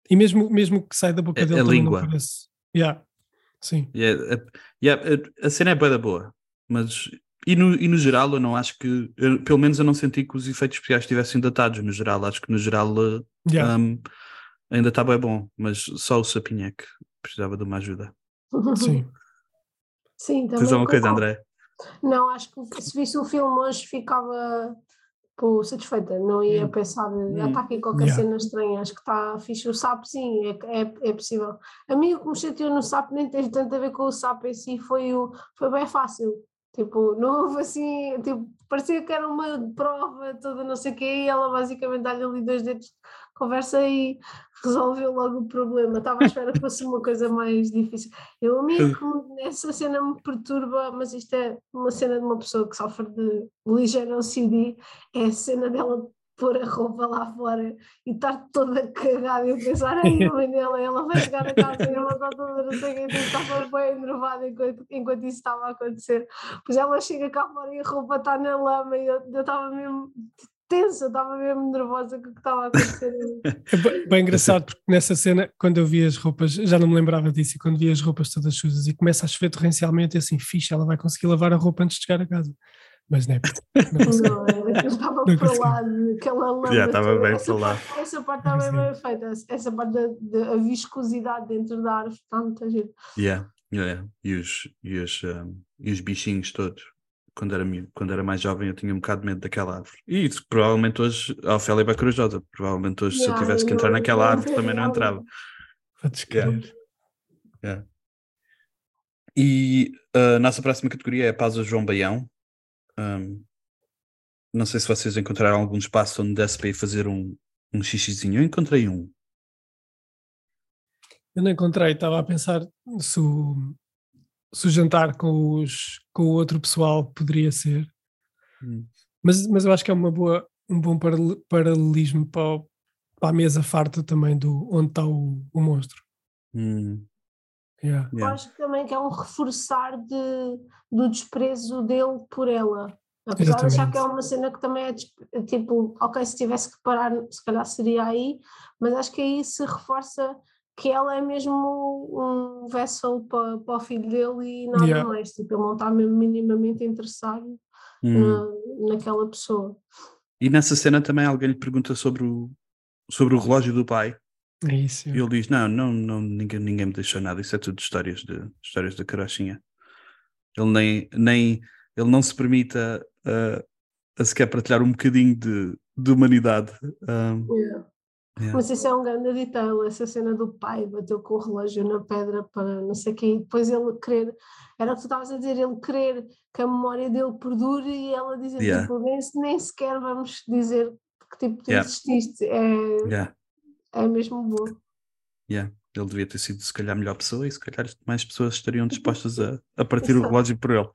E mesmo, mesmo que sai da boca É- dele a também língua. não parece. Yeah. Sim. Yeah, a, yeah, a, a cena é bué da boa, mas e no, e no geral eu não acho que, eu- pelo menos eu não senti que os efeitos especiais estivessem datados no geral, acho que no geral uh, Yeah. um, ainda está bem bom, mas só o sapinho é que precisava de uma ajuda. Sim. Sim, Tens também alguma coisa, concordo. André? Não, acho que se visse o filme hoje ficava pô, satisfeita, não ia Hum. pensar, Hum. já está aqui qualquer Yeah. cena estranha, acho que está fixe. O sapo, sim, é, é, é possível. A mim o que me chateou no sapo nem teve tanto a ver com o sapo em si, foi, o, foi bem fácil. Tipo, não houve assim, tipo, parecia que era uma prova toda, não sei o quê, e ela basicamente dá-lhe ali dois dedos de conversa e resolveu logo o problema. Estava à espera que fosse uma coisa mais difícil. Eu, a mim, é que me- essa cena me perturba, mas isto é uma cena de uma pessoa que sofre de ligeiro O C D, é a cena dela pôr a roupa lá fora e estar toda cagada e eu pensar, ai, a mãe dela, ela vai chegar a casa e ela está toda, não sei o que, estava bem enervada enquanto, enquanto isso estava a acontecer. Pois ela chega cá fora e a roupa está na lama e eu eu estava mesmo tensa, estava mesmo nervosa com o que estava a acontecer. É bem, bem engraçado porque nessa cena, quando eu vi as roupas, já não me lembrava disso, e quando vi as roupas todas sujas e começa a chover torrencialmente, assim, fixe, ela vai conseguir lavar a roupa antes de chegar a casa. Mas não é, não consegui. Não, aquilo estava Não para consegui. lá, aquela lama. Já estava toda. bem essa, para lá. parte, essa parte Não está bem, consegui. bem feita, essa parte da, da a viscosidade dentro da árvore está muito giro. Yeah, yeah. E, os, e, os, um, e os bichinhos todos. Quando era, miúdo- quando era mais jovem eu tinha um bocado de medo daquela árvore. E isso, provavelmente hoje a Ofélia é bem corajosa. Provavelmente hoje se eu Yeah, tivesse que não, entrar naquela não árvore também não entraria entrava. ali. Podes Yeah. crer. Yeah. E a nossa próxima categoria é a pausa João Baião. Um, não sei se vocês encontraram algum espaço onde desse para ir fazer um, um xixizinho. Eu encontrei um. Eu não encontrei, estava a pensar se o, se o jantar com, os, com o outro pessoal poderia ser, Hum. mas, mas eu acho que é uma boa, um bom parale- paralelismo para, o- para a mesa farta também do onde está o, o monstro. Hum, Yeah. Eu yeah. acho que também que é um reforçar de, do desprezo dele por ela. Apesar de achar Exatamente. que é uma cena que também é desp- tipo, ok, se tivesse que parar, se calhar seria aí, mas acho que aí se reforça que ela é mesmo um vessel para, para o filho dele e nada Yeah. mais. Tipo, ele não está mesmo minimamente interessado Hum. na, naquela pessoa. E nessa cena também alguém lhe pergunta sobre o, sobre o relógio do pai. É isso. E Yeah. ele diz: Não, não, não ninguém, ninguém me deixou nada. Isso é tudo histórias, de, histórias da carochinha. Ele nem, nem ele não se permite a, a, a sequer partilhar um bocadinho de, de humanidade. Um, Yeah. yeah. Mas isso é um grande detail, essa cena do pai bateu com o relógio na pedra para não sei o quê, e depois ele querer, era o que tu estavas a dizer, ele querer que a memória dele perdure e ela dizer, Yeah. tipo, nem, nem sequer vamos dizer que tipo, tu Yeah. exististe, é, Yeah. é mesmo bom. Yeah. Ele devia ter sido, se calhar, a melhor pessoa e se calhar mais pessoas estariam dispostas a, a partir o relógio por ele.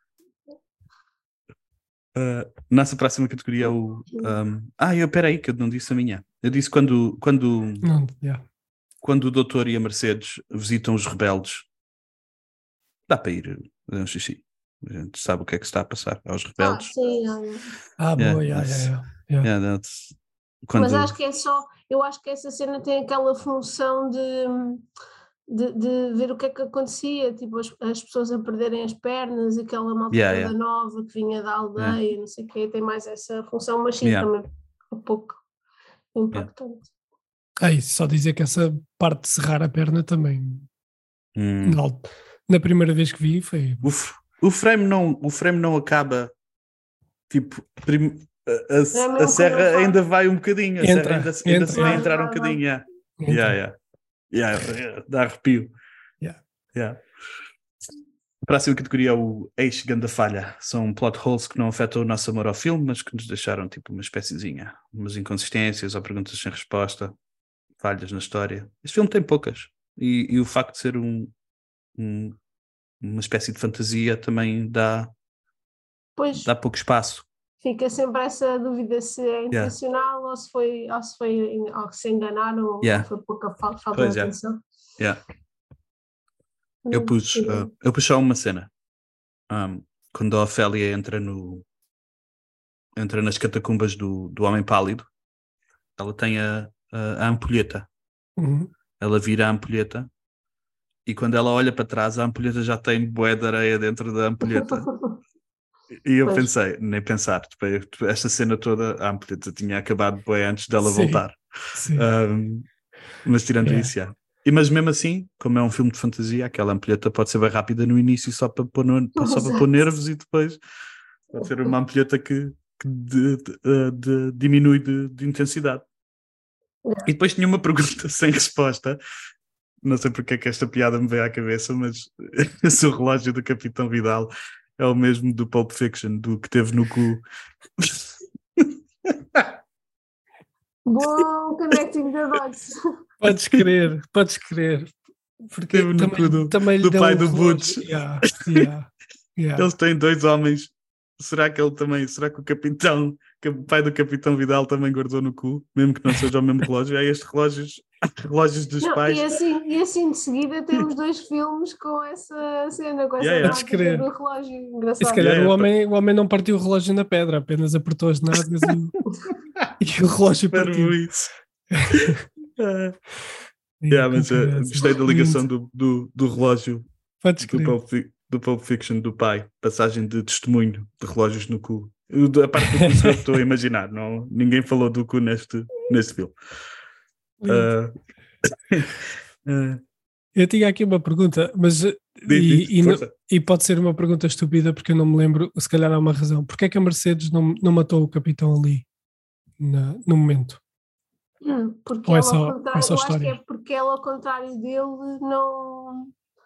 Uh, nossa próxima categoria é o. Um, ah, eu peraí, que eu não disse a minha. Eu disse quando, quando, Não, yeah. quando o doutor e a Mercedes visitam os rebeldes, dá para ir fazer um xixi. A gente sabe o que é que se está a passar aos Ah, rebeldes. sim, é. Ah, boa, Yeah, yeah, that's- yeah, yeah. yeah, that's- quando, Mas acho que é só, eu acho que essa cena tem aquela função de, de, de ver o que é que acontecia, tipo as, as pessoas a perderem as pernas, aquela malta Yeah, toda yeah. nova que vinha da aldeia, não sei o quê, tem mais essa função, mas sim, Yeah. também um pouco impactante. Ah, isso, só dizer que essa parte de serrar a perna também, Hum. na, al- na primeira vez que vi, foi. O, f- o frame não, o frame não acaba tipo prim- a, a- É a mesmo serra quando ele ainda vai um bocadinho, a Entra, serra ainda, ainda se entra, vai entra. entrar um Vai, vai, vai. bocadinho. Yeah. Entra. Yeah, yeah. Yeah, yeah, dá arrepio. Yeah. Yeah. A próxima categoria é o Eixo Ganda Falha. São plot holes que não afetam o nosso amor ao filme, mas que nos deixaram tipo uma espéciezinha, umas inconsistências ou perguntas sem resposta, falhas na história. Este filme tem poucas. E, e o facto de ser um, um- uma espécie de fantasia também dá, Pois dá pouco espaço. fica sempre essa dúvida se é Yeah. intencional ou se foi, ou se foi ou se enganaram Yeah. ou foi pouca fa- falta Pois de é. atenção. Yeah. Eu pus, Sim. uh, eu pus só uma cena. Um, quando a Ofélia entra no entra nas catacumbas do, do Homem Pálido, ela tem a, a, a ampulheta. Uhum. ela vira a ampulheta e quando ela olha para trás a ampulheta já tem bué de areia dentro da ampulheta. E eu Pois. pensei, nem pensar, tipo, esta cena toda a ampulheta tinha acabado bué antes dela Sim, voltar. sim. Um, mas tirando Yeah. isso, já. E, mas mesmo assim, como é um filme de fantasia, aquela ampulheta pode ser bem rápida no início só para pôr, no, só para pôr Exato. nervos e depois pode ser uma ampulheta que, que de- de- uh, de- diminui de, de intensidade. E depois tinha uma pergunta sem resposta. Não sei porque é que esta piada me veio à cabeça, mas se o relógio do Capitão Vidal é o mesmo do Pulp Fiction, do que teve no cu. Bom connecting the dots. Podes crer, podes crer. Porque Teve no cu também, do, também lhe do deu pai um do relógio. Butch. Yeah, yeah, yeah. Eles têm dois homens. Será que ele também, será que o capitão, que o pai do Capitão Vidal também guardou no cu, mesmo que não seja o mesmo relógio? É estes relógios, relógios dos Não, pais. e, assim, e assim de seguida temos dois filmes com essa cena, com essa Yeah, yeah. Podes temática crer. do relógio. E se Engraçado. calhar Yeah, o, yeah, homem, o homem não partiu o relógio na pedra, apenas apertou as nádegas e, e o relógio Espero partiu. isso. Ah, E yeah, com mas uh, caraças. gostei da ligação Lindo. do, do, do relógio Podes do crer. Pulp, Fi- do Pulp Fiction do pai, passagem de testemunho de relógios no cu. O da- A parte do cu sou eu que estou a imaginar, não, ninguém falou do cu neste, neste filme. Lindo. Ah, ah, Eu tinha aqui uma pergunta, mas eh, diz, diz, e, e, não- força. e pode ser uma pergunta estúpida porque eu não me lembro, se calhar há uma razão. Porquê é que a Mercedes não, não matou o capitão ali na- no momento? Hum, Porque Ou é ela, ao só, ou é contrário, só eu acho que é história? porque ela, ao contrário dele, não.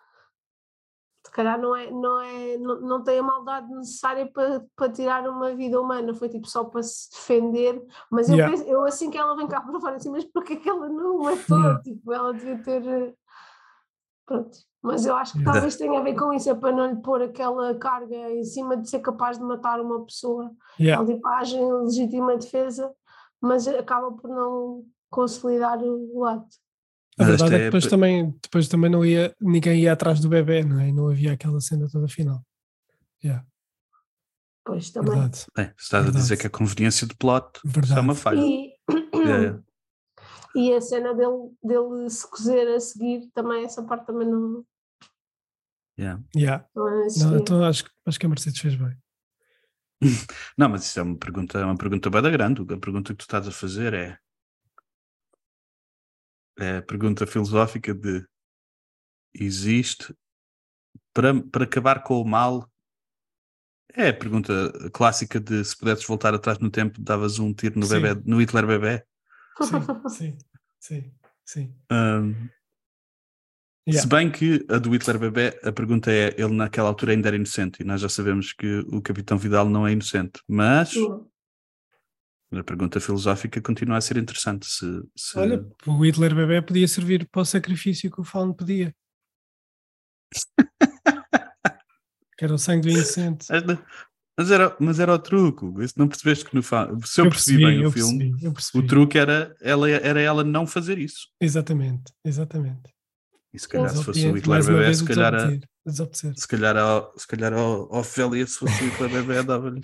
Se calhar não, é, não, é, não, não tem a maldade necessária para, para tirar uma vida humana, foi tipo só para se defender. Mas eu, Yeah. penso, eu assim que ela vem cá para fora, assim, mas porquê que ela não o matou? Yeah. Tipo, ela devia ter. eh, Pronto. Mas eu acho que Yeah. talvez tenha a ver com isso, é para não lhe pôr aquela carga em cima de ser capaz de matar uma pessoa. Yeah. Ela tipo, age em legítima defesa, mas acaba por não consolidar o, o ato. A Mas verdade esta é que é- depois também, depois também não ia, ninguém ia atrás do bebê, não é? E não havia aquela cena toda final. Yeah, Pois também. verdade. Bem, se estás a Verdade. dizer que a conveniência de plot, isso é Verdade. uma falha. E, Yeah, yeah. e a cena dele, dele se cozer a seguir, também essa parte também não, Yeah. Yeah. não Não, existia. então acho, que- acho que a Mercedes fez bem. Não, mas isso é uma pergunta, é uma pergunta bem da grande. A pergunta que tu estás a fazer é, é a pergunta filosófica de existe para, para acabar com o mal. É a pergunta clássica de se pudesses voltar atrás no tempo, davas um tiro no Sim. bebé, no Hitler bebé. Sim, sim, sim, sim. Um, Yeah. Se bem que a do Hitler bebé, a pergunta é, ele naquela altura ainda era inocente e nós já sabemos que o Capitão Vidal não é inocente, mas a pergunta filosófica continua a ser interessante. Se, se... Olha, o Hitler bebé podia servir para o sacrifício que o Fauno pedia. Que era o sangue do inocente. Mas era, mas era o truque, isso não percebeste que no fa... se eu, Eu percebi, percebi, bem eu o filme, percebi, eu percebi. o truque era ela, era ela não fazer isso. Exatamente, exatamente. E se calhar se fosse o Desobediente, Hitler mais uma bebé, vez se o calhar, a, desobedecer. desobedecer. se calhar, ao, se calhar ao, ao Ofélia, se fosse o Hitler bebé, dava-lhe.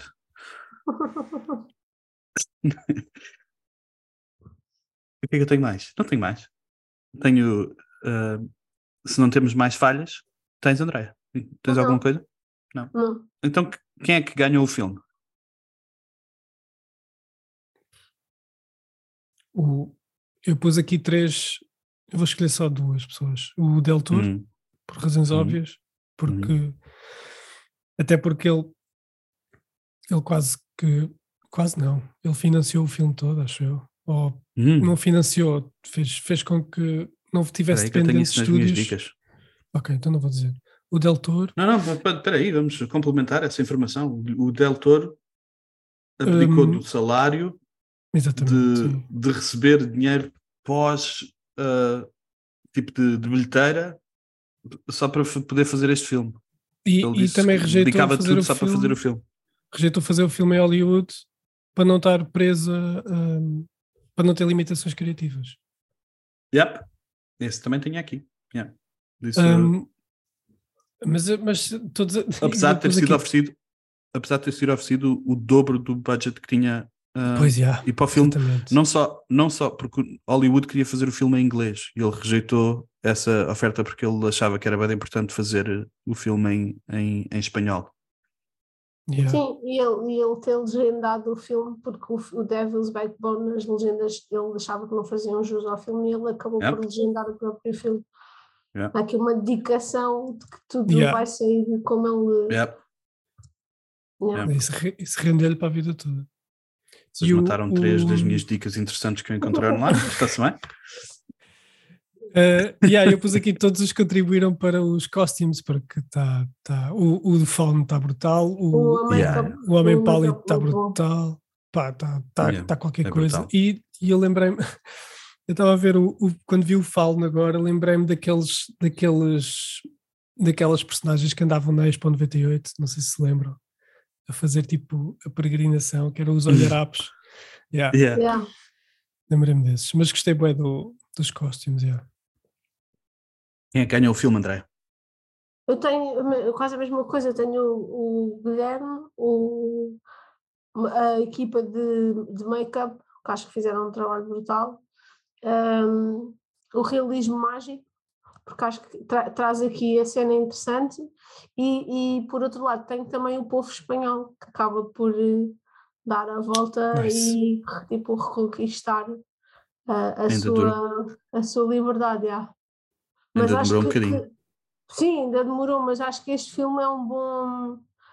O que é que eu tenho mais? Não tenho mais. Tenho. ah, se não temos mais falhas, tens, André? Tens Não. alguma coisa? Não. Então quem é que ganhou o filme? O, eu pus aqui três, eu vou escolher só duas pessoas. O Del Toro, Hum, por razões Uhum. óbvias, porque até porque ele ele quase que quase não, ele financiou o filme todo, acho eu. Ou hum. não financiou, fez, fez com que não tivesse Espera aí que eu tenho dependente de isso nas minhas estúdios. dicas. Ok, então não vou dizer. O Del Toro, Não, não, espera aí, vamos complementar essa informação. O Del Toro abdicou Hum, do salário exatamente, de, sim. de receber dinheiro pós ah, tipo de, de bilheteira só para f- poder fazer este filme. E, Ele e disse também que rejeitou dedicava fazer tudo o só para filme, fazer o filme. rejeitou fazer o filme em Hollywood para não estar presa, hum, para não ter limitações criativas. Yep. Esse também tinha aqui. Yeah. Disse, Hum, mas, mas todos, apesar eu de ter pus sido aqui- oferecido, apesar de ter sido oferecido o dobro do budget que tinha Uh, Pois já, e para o filme, exatamente. não só, não só porque Hollywood queria fazer o filme em inglês e ele rejeitou essa oferta porque ele achava que era bem importante fazer o filme em, em, em espanhol. Yeah. Sim, e ele, e ele ter legendado o filme, porque o, o Devil's Backbone, nas legendas, ele achava que não faziam jus ao filme e ele acabou Yeah. por legendar o próprio filme. Yeah. Há aqui uma dedicação de que tudo Yeah. vai sair como ele. Yeah. Yeah. Yeah. Isso, re- isso rendeu-lhe para a vida toda. Vocês E o- mataram três o- das minhas dicas interessantes que eu encontraram lá. Está-se bem? Uh, yeah, eu pus aqui todos os que contribuíram para os costumes, porque tá, tá, o, o de Fawn está brutal, o, O Yeah. make-up- o Homem o Pálido make-up está muito bom. brutal, pá, está tá, Yeah, tá qualquer é coisa. brutal. E, e eu lembrei-me, eu estava a ver, o, o- quando vi o Fawn agora, lembrei-me daqueles, daqueles, daquelas personagens que andavam na Expo noventa e oito, não sei se se lembram, a fazer tipo a peregrinação, que eram os olharapos. Yeah, Yeah. Yeah. lembrei-me desses, mas gostei bem do, dos costumes. Yeah. Quem é que ganhou o filme, André? Eu tenho me- quase a mesma coisa, eu tenho o, o Guilherme, o, a equipa de, de make-up, que acho que fizeram um trabalho brutal, um, o realismo mágico, porque acho que tra- traz aqui a cena interessante, e, e por outro lado tenho também o povo espanhol, que acaba por eh, dar a volta Nice. e tipo, reconquistar a, a, Ainda sua, a sua liberdade. Yeah. Mas Ainda acho demorou um que, bocadinho. que- sim, ainda demorou, mas acho que este filme é um bom.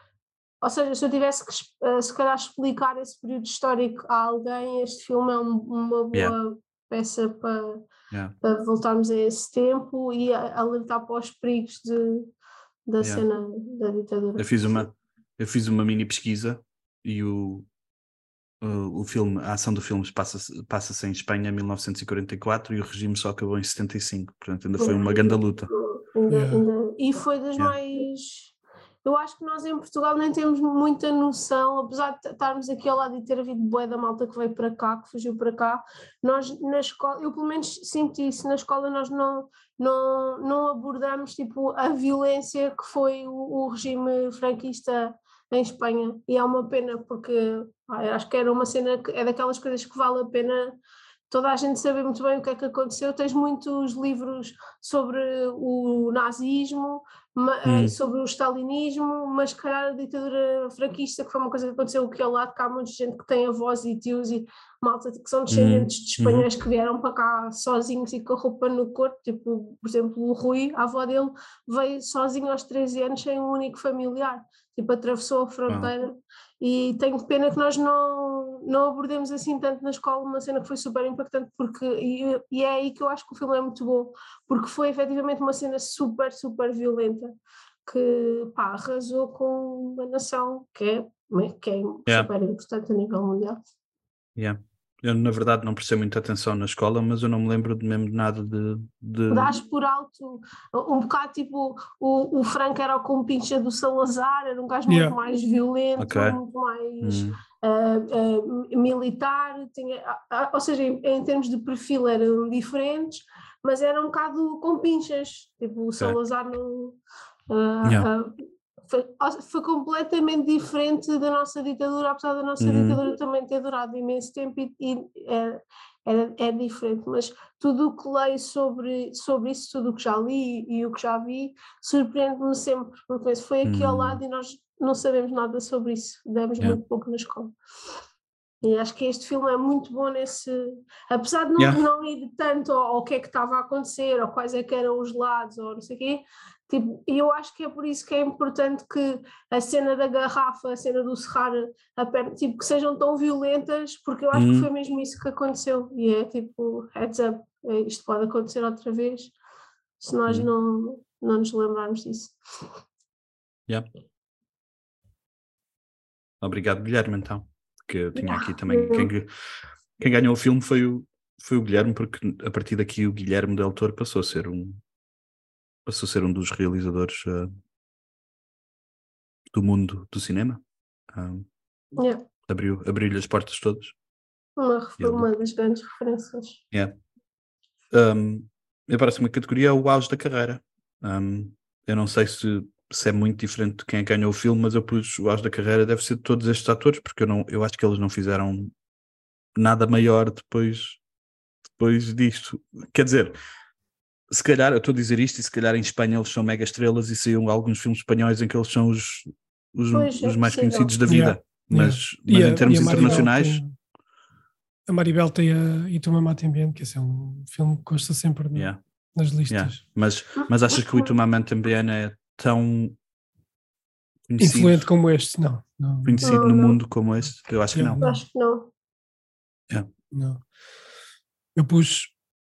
Ou seja, se eu tivesse que es- eh, se calhar explicar esse período histórico a alguém, este filme é um- uma boa Yeah. peça para, Yeah. para voltarmos a esse tempo e a- alertar para os perigos de, da Yeah. cena da ditadura. Eu fiz uma, eu fiz uma mini pesquisa e o, o, o filme, a ação do filme passa-se passa-se em Espanha em mil novecentos e quarenta e quatro e o regime só acabou em setenta e cinco, portanto ainda foi uma grande luta. Ainda- Yeah. ainda- e foi das Yeah. mais. Eu acho que nós em Portugal nem temos muita noção, apesar de estarmos aqui ao lado e ter havido bué da malta que veio para cá, que fugiu para cá, nós na escola, eu pelo menos senti isso, na escola nós não, não, não abordamos tipo, a violência que foi o, o regime franquista em Espanha, e é uma pena porque pá, eu acho que era uma cena, que é daquelas coisas que vale a pena toda a gente saber muito bem o que é que aconteceu. Tens muitos livros sobre o nazismo, ma- eh, Hum. sobre o stalinismo, mas se calhar a ditadura franquista, que foi uma coisa que aconteceu aqui ao lado, que há muita gente que tem avós e tios e malta que são descendentes de Uhum. espanhóis que vieram para cá sozinhos e com a roupa no corpo, tipo, por exemplo, o Rui, a avó dele, veio sozinho aos treze anos sem um único familiar, tipo, atravessou a fronteira. E tenho pena que nós não, não abordemos assim tanto na escola uma cena que foi super impactante, porque, e, e é aí que eu acho que o filme é muito bom, porque foi efetivamente uma cena super, super violenta, que pá, arrasou com uma nação que é, que é Yeah. super importante a nível mundial. Yeah. Eu, na verdade, não prestei muita atenção na escola, mas eu não me lembro de mesmo nada de. de... Dás por alto um bocado tipo o, o Franco era o compincha do Salazar, era um gajo Yeah. muito mais violento, Ok. muito mais Hum. uh, uh, militar, tinha, uh, ou seja, em, em termos de perfil eram diferentes, mas era um bocado compinchas, tipo o Salazar não. Uh, Yeah. uh, foi, foi completamente diferente da nossa ditadura, apesar da nossa Uhum. ditadura também ter durado imenso tempo e, e é, é, é diferente, mas tudo o que leio sobre, sobre isso, tudo o que já li e o que já vi, surpreende-me sempre, porque foi aqui ao Hum. lado e nós não sabemos nada sobre isso, demos Yeah. muito pouco na escola. E acho que este filme é muito bom nesse, apesar de não, Yeah. não ir tanto ao, ao que é que estava a acontecer, ou quais é que eram os lados, ou não sei o quê, tipo, e eu acho que é por isso que é importante que a cena da garrafa, a cena do serrar a perna, tipo, que sejam tão violentas, porque eu acho Uhum. que foi mesmo isso que aconteceu, e é tipo, heads up, é, isto pode acontecer outra vez, se nós Uhum. não, não nos lembrarmos disso. Yeah. Obrigado, Guilherme, então. Que eu tinha aqui Yeah. também. Quem, quem ganhou o filme foi o, foi o Guilherme, porque a partir daqui o Guilherme Del Toro passou a ser um, passou a ser um dos realizadores uh, do mundo do cinema. Um, Yeah. abriu, abriu-lhe as portas todas. Uma, ref- Ele- uma das grandes referências. Yeah. Um, a próxima categoria é o auge da carreira. Um, eu não sei se, se é muito diferente de quem ganhou o filme, mas eu pus o auge da carreira, deve ser de todos estes atores, porque eu, não, eu acho que eles não fizeram nada maior depois, depois disto. Quer dizer, se calhar, eu estou a dizer isto, e se calhar em Espanha eles são mega estrelas e saiam alguns filmes espanhóis em que eles são os, os, Pois, é os mais possível. conhecidos da vida. Yeah, Mas, yeah. mas E a- em termos e a Maribel internacionais, tem- a Maribel tem a E Tu Me Mata Bien, que esse é um filme que consta sempre no- yeah, nas listas. yeah. Mas, mas achas que o Itumamante também é tão conhecido, Influente como este, não. Não, conhecido Não, no não. mundo como este? Eu acho que Yeah, não. Eu acho que não. não. Eu pus.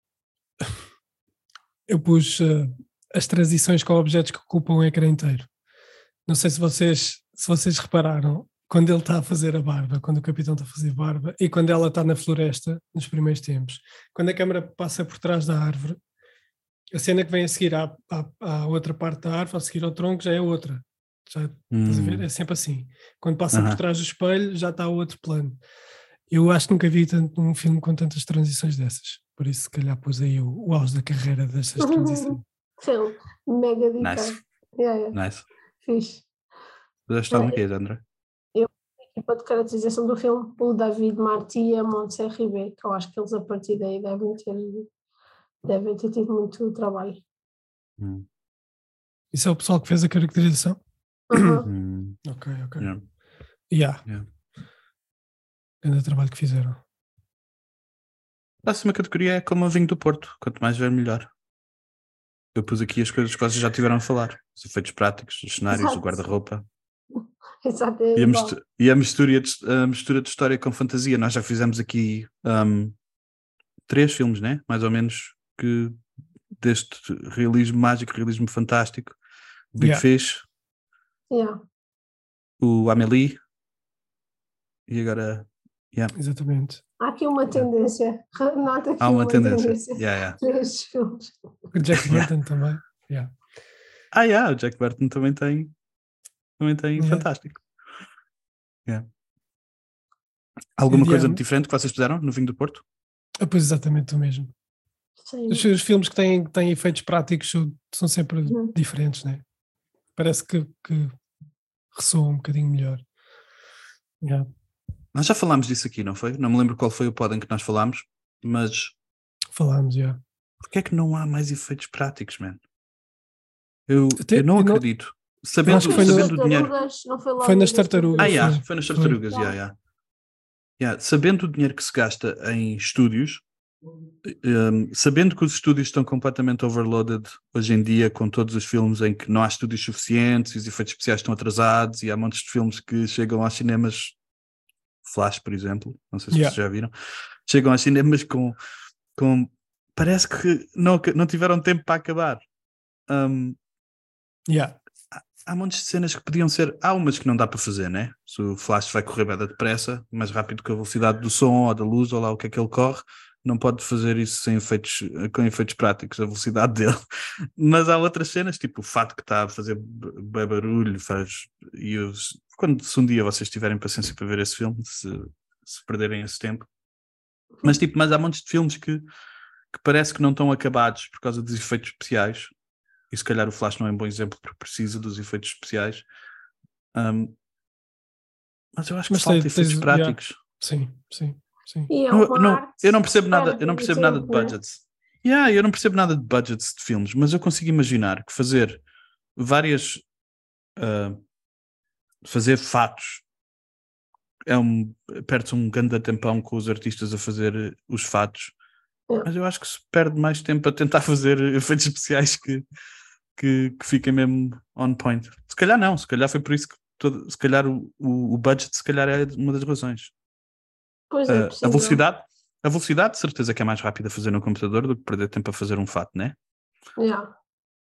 Eu pus uh, as transições com objetos que ocupam o ecrã inteiro. Não sei se vocês, se vocês repararam, quando ele está a fazer a barba, quando o capitão está a fazer barba, e quando ela está na floresta, nos primeiros tempos, quando a câmera passa por trás da árvore, a cena que vem a seguir à, à, à outra parte da árvore, a seguir ao tronco, já é outra. Já, estás a ver? Hum. É sempre assim. Quando passa Aham. por trás do espelho, já está outro plano. Eu acho que nunca vi tanto, um filme com tantas transições dessas. Por isso, se calhar, pus aí o, o auge da carreira destas transições. Filme mega dedicado. Nice, Yeah, yeah. nice. Fixe. Já está no quê, André? A equipa de caracterização do filme, o David Martí e a Montse Ribé, que eu acho que eles a partir daí devem ter, devem ter tido muito trabalho. Hum. Isso é o pessoal que fez a caracterização? Uhum. Hum. Ok, ok. Yeah. Yeah. Yeah. Grande trabalho que fizeram. A próxima categoria é como o vinho do Porto. Quanto mais velho, melhor. Eu pus aqui as coisas que vocês já tiveram a falar. Os efeitos práticos, os cenários, Exato. o guarda-roupa. Exato, é E a, igual. mistu- e a, mistura de, a mistura de história com fantasia. Nós já fizemos aqui um, três filmes, né? Mais ou menos, que deste realismo mágico, realismo fantástico. O Big Yeah. Fish, Yeah. o Amélie e agora Exatamente. Há aqui uma tendência. Nota aqui há uma, uma tendência. tendência. Yeah, yeah. Três filmes. O Jack Burton também. Yeah. Ah, yeah, o Jack Burton também tem, também tem Yeah. fantástico. Yeah. Alguma Yeah. coisa diferente que vocês fizeram no Vinho do Porto? Ah, pois exatamente o mesmo. Sim. Os, os filmes que têm, que têm efeitos práticos são, são sempre Uhum. diferentes, né? Parece que, que ressoam um bocadinho melhor. Yeah. Nós já falámos disso aqui, não foi? Não me lembro qual foi o pod em que nós falámos, mas Falámos, já. porquê é que não há mais efeitos práticos, man? Eu, Até- eu não eu não- acredito. Sabendo, acho que foi no- sabendo o dinheiro. Tartarugas, não foi logo Foi nas no- tartarugas. Ah, yeah, Foi, foi nas foi. tartarugas, Yeah. yeah, yeah. Yeah, sabendo o dinheiro que se gasta em estúdios, um, sabendo que os estúdios estão completamente overloaded hoje em dia, com todos os filmes em que não há estúdios suficientes e os efeitos especiais estão atrasados, e há montes de filmes que chegam aos cinemas, Flash, por exemplo, não sei se Yeah. vocês já viram, chegam aos cinemas com, com parece que não, não tiveram tempo para acabar. Um, Yeah. há montes de cenas que podiam ser, há umas que não dá para fazer, né? Se o Flash vai correr bem depressa, mais rápido que a velocidade do som ou da luz, ou lá o que é que ele corre, não pode fazer isso sem efeitos, com efeitos práticos, a velocidade dele. Mas há outras cenas, tipo o fato que está a fazer bem barulho, faz, e os, quando se um dia vocês tiverem paciência para ver esse filme, se, se perderem esse tempo, mas tipo, mas há montes de filmes que, que parece que não estão acabados por causa dos efeitos especiais. E se calhar o Flash não é um bom exemplo porque precisa dos efeitos especiais. Um, mas eu acho que Mas falta tem- efeitos tens- práticos. Sim, sim, sim. E é Não, uma não, arte eu não percebo nada, super eu não percebo nada de tempo, né? budgets. Yeah, eu não percebo nada de budgets de filmes, mas eu consigo imaginar que fazer várias uh, fazer fatos é um, perde-se um grande tempão com os artistas a fazer os fatos. Yeah. Mas eu acho que se perde mais tempo a tentar fazer efeitos especiais que, que, que fiquem mesmo on point. Se calhar não, se calhar foi por isso que todo, se calhar o, o, o budget se calhar é uma das razões. Pois é, Uh, a possível. velocidade, a velocidade de certeza que é mais rápida a fazer no computador do que perder tempo a fazer um fato, né? Yeah.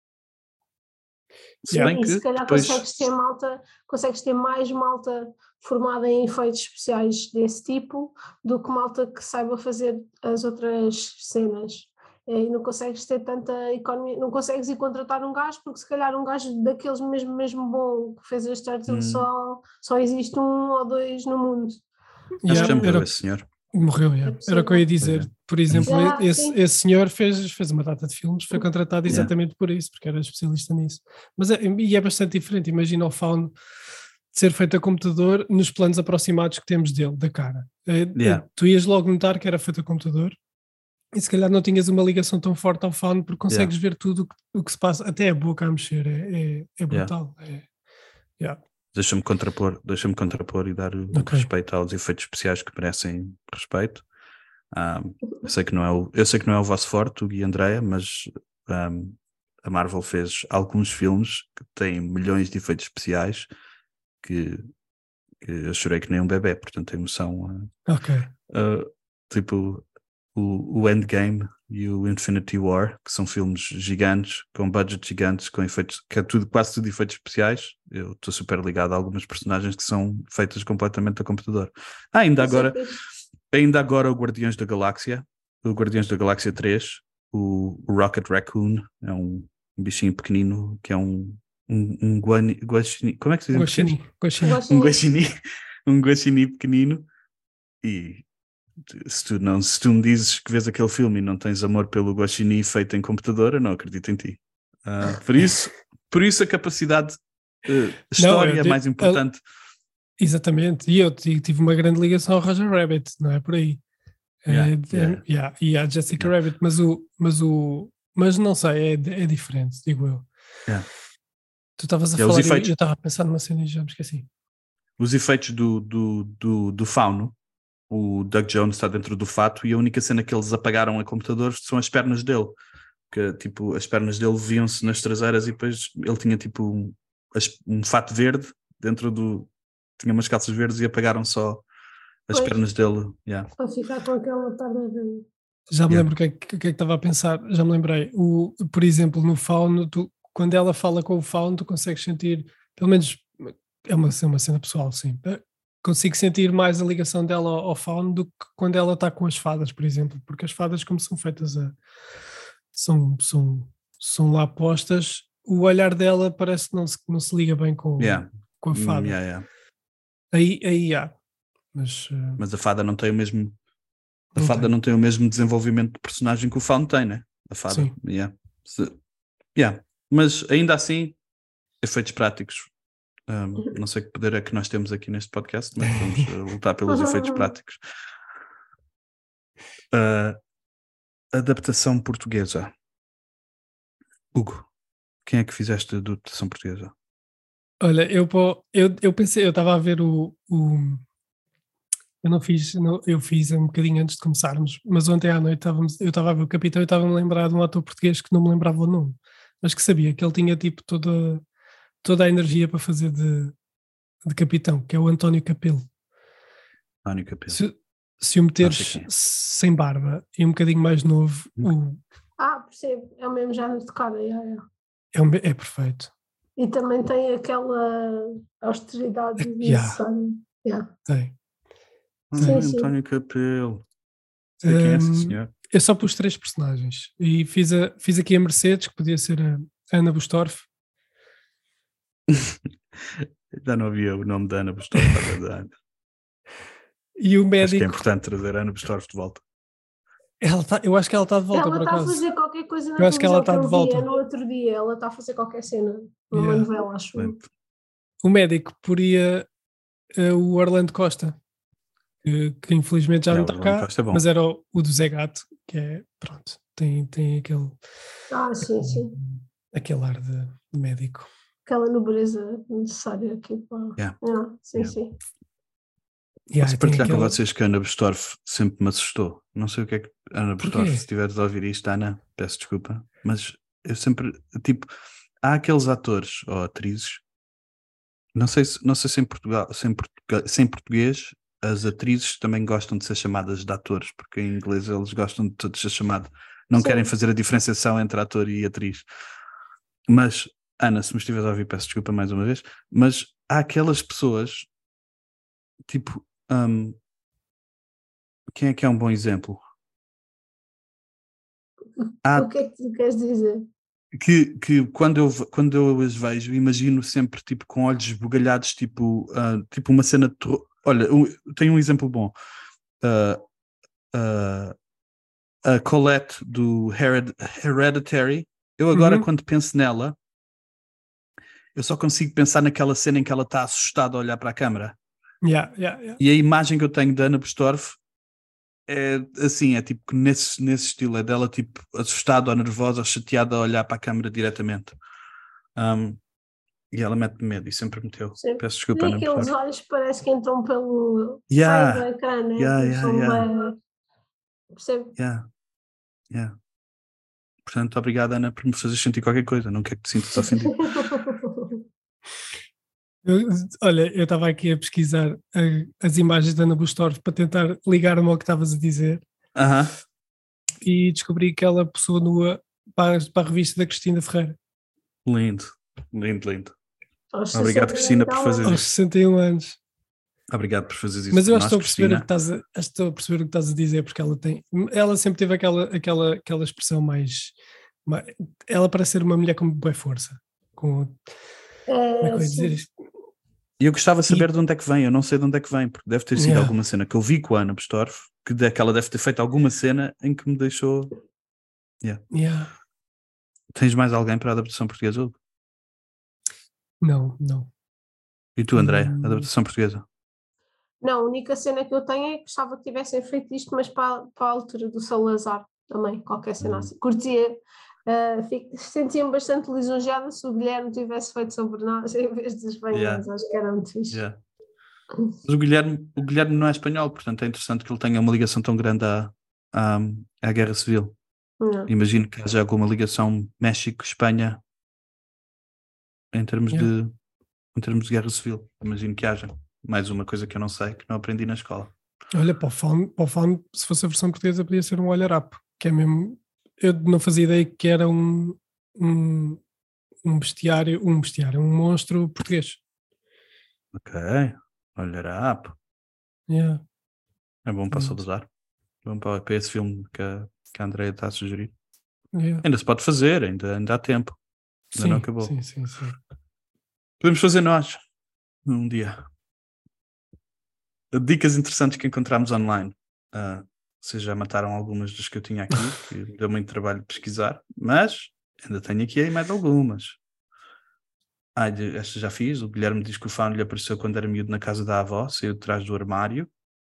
Se Yeah. bem E que se calhar depois consegues ter malta, consegues ter mais malta formada em efeitos especiais desse tipo do que malta que saiba fazer as outras cenas. E não consegues ter tanta economia, não consegues ir contratar um gajo, porque se calhar um gajo daqueles mesmo, mesmo bom que fez este artigo Hum. só, só existe um ou dois no mundo. acho que Yeah, já morreu era, esse senhor. morreu, yeah. É Era possível. o que eu ia dizer. Pois é. Por exemplo, Yeah, esse, sim. esse senhor fez, fez uma data de filmes, foi contratado Yeah. exatamente por isso, porque era especialista nisso. Mas é, e é bastante diferente. Imagina o Fauno ser feito a computador nos planos aproximados que temos dele, da cara. Eh, Yeah. Tu ias logo notar que era feito a computador e se calhar não tinhas uma ligação tão forte ao found porque consegues ver tudo o que, o que se passa, até a boca a mexer, é, é, é brutal. É, yeah. Deixa-me contrapor, deixa-me contrapor e dar o Ok. respeito aos efeitos especiais que merecem respeito. Um, eu, sei que não é o, eu sei que não é o vosso forte, o Gui e a Andrea, mas um, a Marvel fez alguns filmes que têm milhões de efeitos especiais que, que eu chorei que nem um bebê, portanto a emoção uh, Ok. uh, tipo o, o Endgame e o Infinity War, que são filmes gigantes, com budgets gigantes, com efeitos, que é tudo, quase tudo efeitos especiais. Eu estou super ligado a algumas personagens que são feitas completamente a computador. Ah, ainda Isso é agora, fixe. ainda agora o Guardiões da Galáxia, o Guardiões da Galáxia três, o, o Rocket Raccoon, é um, um bichinho pequenino, que é um um, um guani, guaxini, como é que se diz em português? Guaxinim, guaxinim. Guaxinim. Um guaxinim, um guaxinim pequenino. E se tu, não, se tu me dizes que vês aquele filme e não tens amor pelo guaxinim feito em computador, eu não acredito em ti. Ah, por isso, por isso a capacidade, uh, história eu é di- mais importante. Exatamente. E eu ti- tive uma grande ligação ao Roger Rabbit, não é por aí. Yeah, É, é, yeah. yeah, e à Jessica Yeah. Rabbit, mas o, mas o, mas não sei, é, é diferente, digo eu. Yeah. Tu estavas a Yeah, os falar e eu- efeitos- eu estava a pensar numa cena e já me esqueci. Os efeitos do, do, do, do fauno, o Doug Jones está dentro do fato e a única cena que eles apagaram a computadores são as pernas dele. Que, tipo, as pernas dele viam-se nas traseiras e depois ele tinha tipo um, as- um fato verde dentro do... Tinha umas calças verdes e apagaram só as Pois. pernas dele. Yeah. Para ficar com aquela perna de... Já me Yeah. lembro o que, é que, o que é que estava a pensar, já me lembrei. O, por exemplo, no Fauno, tu, quando ela fala com o Fauno, tu consegues sentir, pelo menos é uma, é uma cena pessoal, sim. eh, Consigo sentir mais a ligação dela ao, ao Fauno do que quando ela está com as fadas, por exemplo, porque as fadas, como são feitas a. são, são, são lá postas, o olhar dela parece que não se, não se liga bem com, Yeah. com a Hum, fada. yeah, yeah. Aí, aí há. Mas. eh, Mas a fada não tem o mesmo... A Não fada tem. não tem o mesmo desenvolvimento de personagem que o fauno tem, né? A fada. Sim. Yeah. Se- yeah. Mas ainda assim, efeitos práticos. Um, não sei que poder é que nós temos aqui neste podcast, mas vamos uh, lutar pelos efeitos práticos. Uh, adaptação portuguesa. Hugo, quem é que fizeste a adaptação portuguesa? Olha, eu, pô- eu, eu pensei, eu estava a ver o, o- eu não fiz, não- eu fiz um bocadinho antes de começarmos, mas ontem à noite estávamos, eu estava a ver o Capitão e estava-me a lembrar de um ator português que não me lembrava o nome, mas que sabia que ele tinha tipo toda, toda a energia para fazer de, de Capitão, que é o António Capelo. António Capelo. Se, se o meteres Não sei quem é. sem barba e um bocadinho mais novo, o, Ah, percebo. É o mesmo género de cara. Yeah, yeah. é, um- é perfeito. E também tem aquela austeridade Yeah. necessária. Yeah. Tem. Ah, Sim, sim. António Capelo. Sei quem é esse Hum, senhor. Eu só pus três personagens e fiz, a, fiz aqui a Mercedes, que podia ser a Ana Bustorff. Já não havia o nome da Ana Bustorff. há dez anos. E o Acho que é médico, importante trazer a Ana Bustorff de volta. ela tá, eu acho que ela está de volta, Ela por está a acaso. fazer qualquer coisa na Eu acho que ela televisão está que de eu via volta. no outro dia. Ela está a fazer qualquer cena. Numa Yeah. novela, acho eu. Excelente. O médico poria eh, o Orlando Costa, que, que infelizmente já É, não o está Orlando cá, Costa é bom. mas era o, o do Zé Gato, que é, pronto, tem, tem aquele, Ah, sim, sim. aquele ar de, de médico. Aquela nobreza necessária aqui para. Yeah. Yeah, sim, Yeah. sim. Yeah, Posso tem partilhar com aquele- vocês que a Ana Bustorff sempre me assustou. Não sei o que é que... Ana Porquê? Bustorff, se estiveres a ouvir isto, Ana, peço desculpa, mas eu sempre, tipo, há aqueles atores ou atrizes, não sei se, não sei se em Portugal, se em, Portuga- se em português as atrizes também gostam de ser chamadas de atores, porque em inglês eles gostam de todos ser chamados, não Sim. querem fazer a diferenciação entre ator e atriz. Mas, Ana, se me estiveres a ouvir, peço desculpa mais uma vez, mas há aquelas pessoas, tipo, hum, quem é que é um bom exemplo? Há O que é que tu queres dizer? que, que quando, eu, ve- quando eu as vejo, imagino sempre tipo com olhos esbugalhados, tipo, ah, tipo uma cena de terror. Olha, um, tenho um exemplo bom. Ah, ah, a Colette do Hered- Hereditary. Eu agora, Uhum. quando penso nela, eu só consigo pensar naquela cena em que ela está assustada a olhar para a câmara. Yeah, yeah, yeah. E a imagem que eu tenho da Ana Bustorff é assim, é tipo nesse, nesse estilo, é dela tipo assustada ou nervosa ou chateada a olhar para a câmara diretamente. Um, e ela mete medo e sempre meteu. Sim. Peço desculpa, E Ana aqueles Bustorff. olhos parece que entram pelo Yeah, saem do ecrã, né? yeah, Tipo, yeah, são yeah. bem- Percebe? Yeah, yeah. Portanto, obrigado, Ana, por me fazer sentir qualquer coisa. Não quero que te sintas ofendido. Eu- olha, eu estava aqui a pesquisar a- as imagens da Ana Bustorff para tentar ligar-me ao que estavas a dizer Aham. e descobri que ela posou nua para, a- para a revista da Cristina Ferreira Lindo, lindo, lindo. Aos Obrigado, sessenta Cristina, e por tal fazer anos. aos isso. sessenta e um anos. Obrigado por fazer isso. Mas eu acho Nós, que estou a perceber o que Cristina. estás a, acho que estou a perceber o que estás a dizer, porque ela tem, ela sempre teve aquela, aquela, aquela expressão mais, ma- ela parece ser uma mulher com boa força. Com, como é que eu ia dizer sim. isto? E eu gostava de saber de onde é que vem. Eu não sei de onde é que vem, porque deve ter sido Yeah. alguma cena que eu vi com a Ana Bustorff, que, de, que ela deve ter feito alguma cena em que me deixou. Yeah. Tens mais alguém para a adaptação portuguesa? Hugo? Não, não. E tu, André, Hum. adaptação portuguesa? Não, a única cena que eu tenho é que gostava que tivessem feito isto, mas para, para a altura do Salazar também, qualquer cena Hum. assim. Curtia, uh, fico- sentia-me bastante lisonjeada se o Guilherme tivesse feito sobre nós em vez dos espanhóis, Yeah. acho que era muito fixe. Yeah. Mas o Guilherme, o Guilherme não é espanhol, portanto é interessante que ele tenha uma ligação tão grande à, à, à Guerra Civil. Não. Imagino que haja alguma ligação México-Espanha em termos Yeah. de em termos de Guerra Civil. Imagino que haja. Mais uma coisa que eu não sei, que não aprendi na escola. Olha, para o Faun, para o Faun, se fosse a versão portuguesa, podia ser um olhar-up, que é mesmo. Eu não fazia ideia que era um, um, um bestiário, um bestiário, um monstro português. Ok. Olha, up. Yeah. É bom para Lindo. Salazar. É bom para, para esse filme que a, que a Andrea está a sugerir. Yeah. Ainda se pode fazer, ainda, ainda há tempo. Ainda não Sim, acabou. sim, sim, sim. Podemos fazer nós um dia. Dicas interessantes que encontramos online. Ah, vocês já mataram algumas das que eu tinha aqui, que deu muito trabalho de pesquisar, mas ainda tenho aqui aí mais algumas. Ah, de- esta já fiz. O Guilherme diz que o fauno lhe apareceu quando era miúdo na casa da avó, saiu de trás do armário.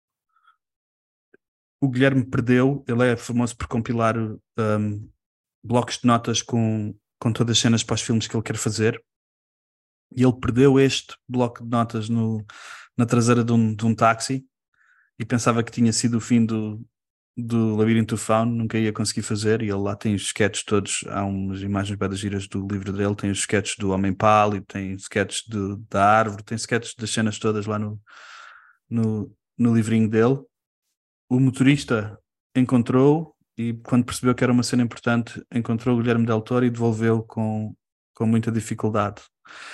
O Guilherme perdeu, ele é famoso por compilar um, blocos de notas com, com todas as cenas para os filmes que ele quer fazer. E ele perdeu este bloco de notas no, na traseira de um, de um táxi e pensava que tinha sido o fim do, do Labirinto do Fauno, nunca ia conseguir fazer. E ele lá tem os sketches todos, há umas imagens bem das giras do livro dele, tem os sketches do Homem Pálido, tem sketches de, da árvore, tem sketches das cenas todas lá no, no, no livrinho dele. O motorista encontrou e quando percebeu que era uma cena importante, encontrou o Guilherme Del Toro e devolveu com, com muita dificuldade.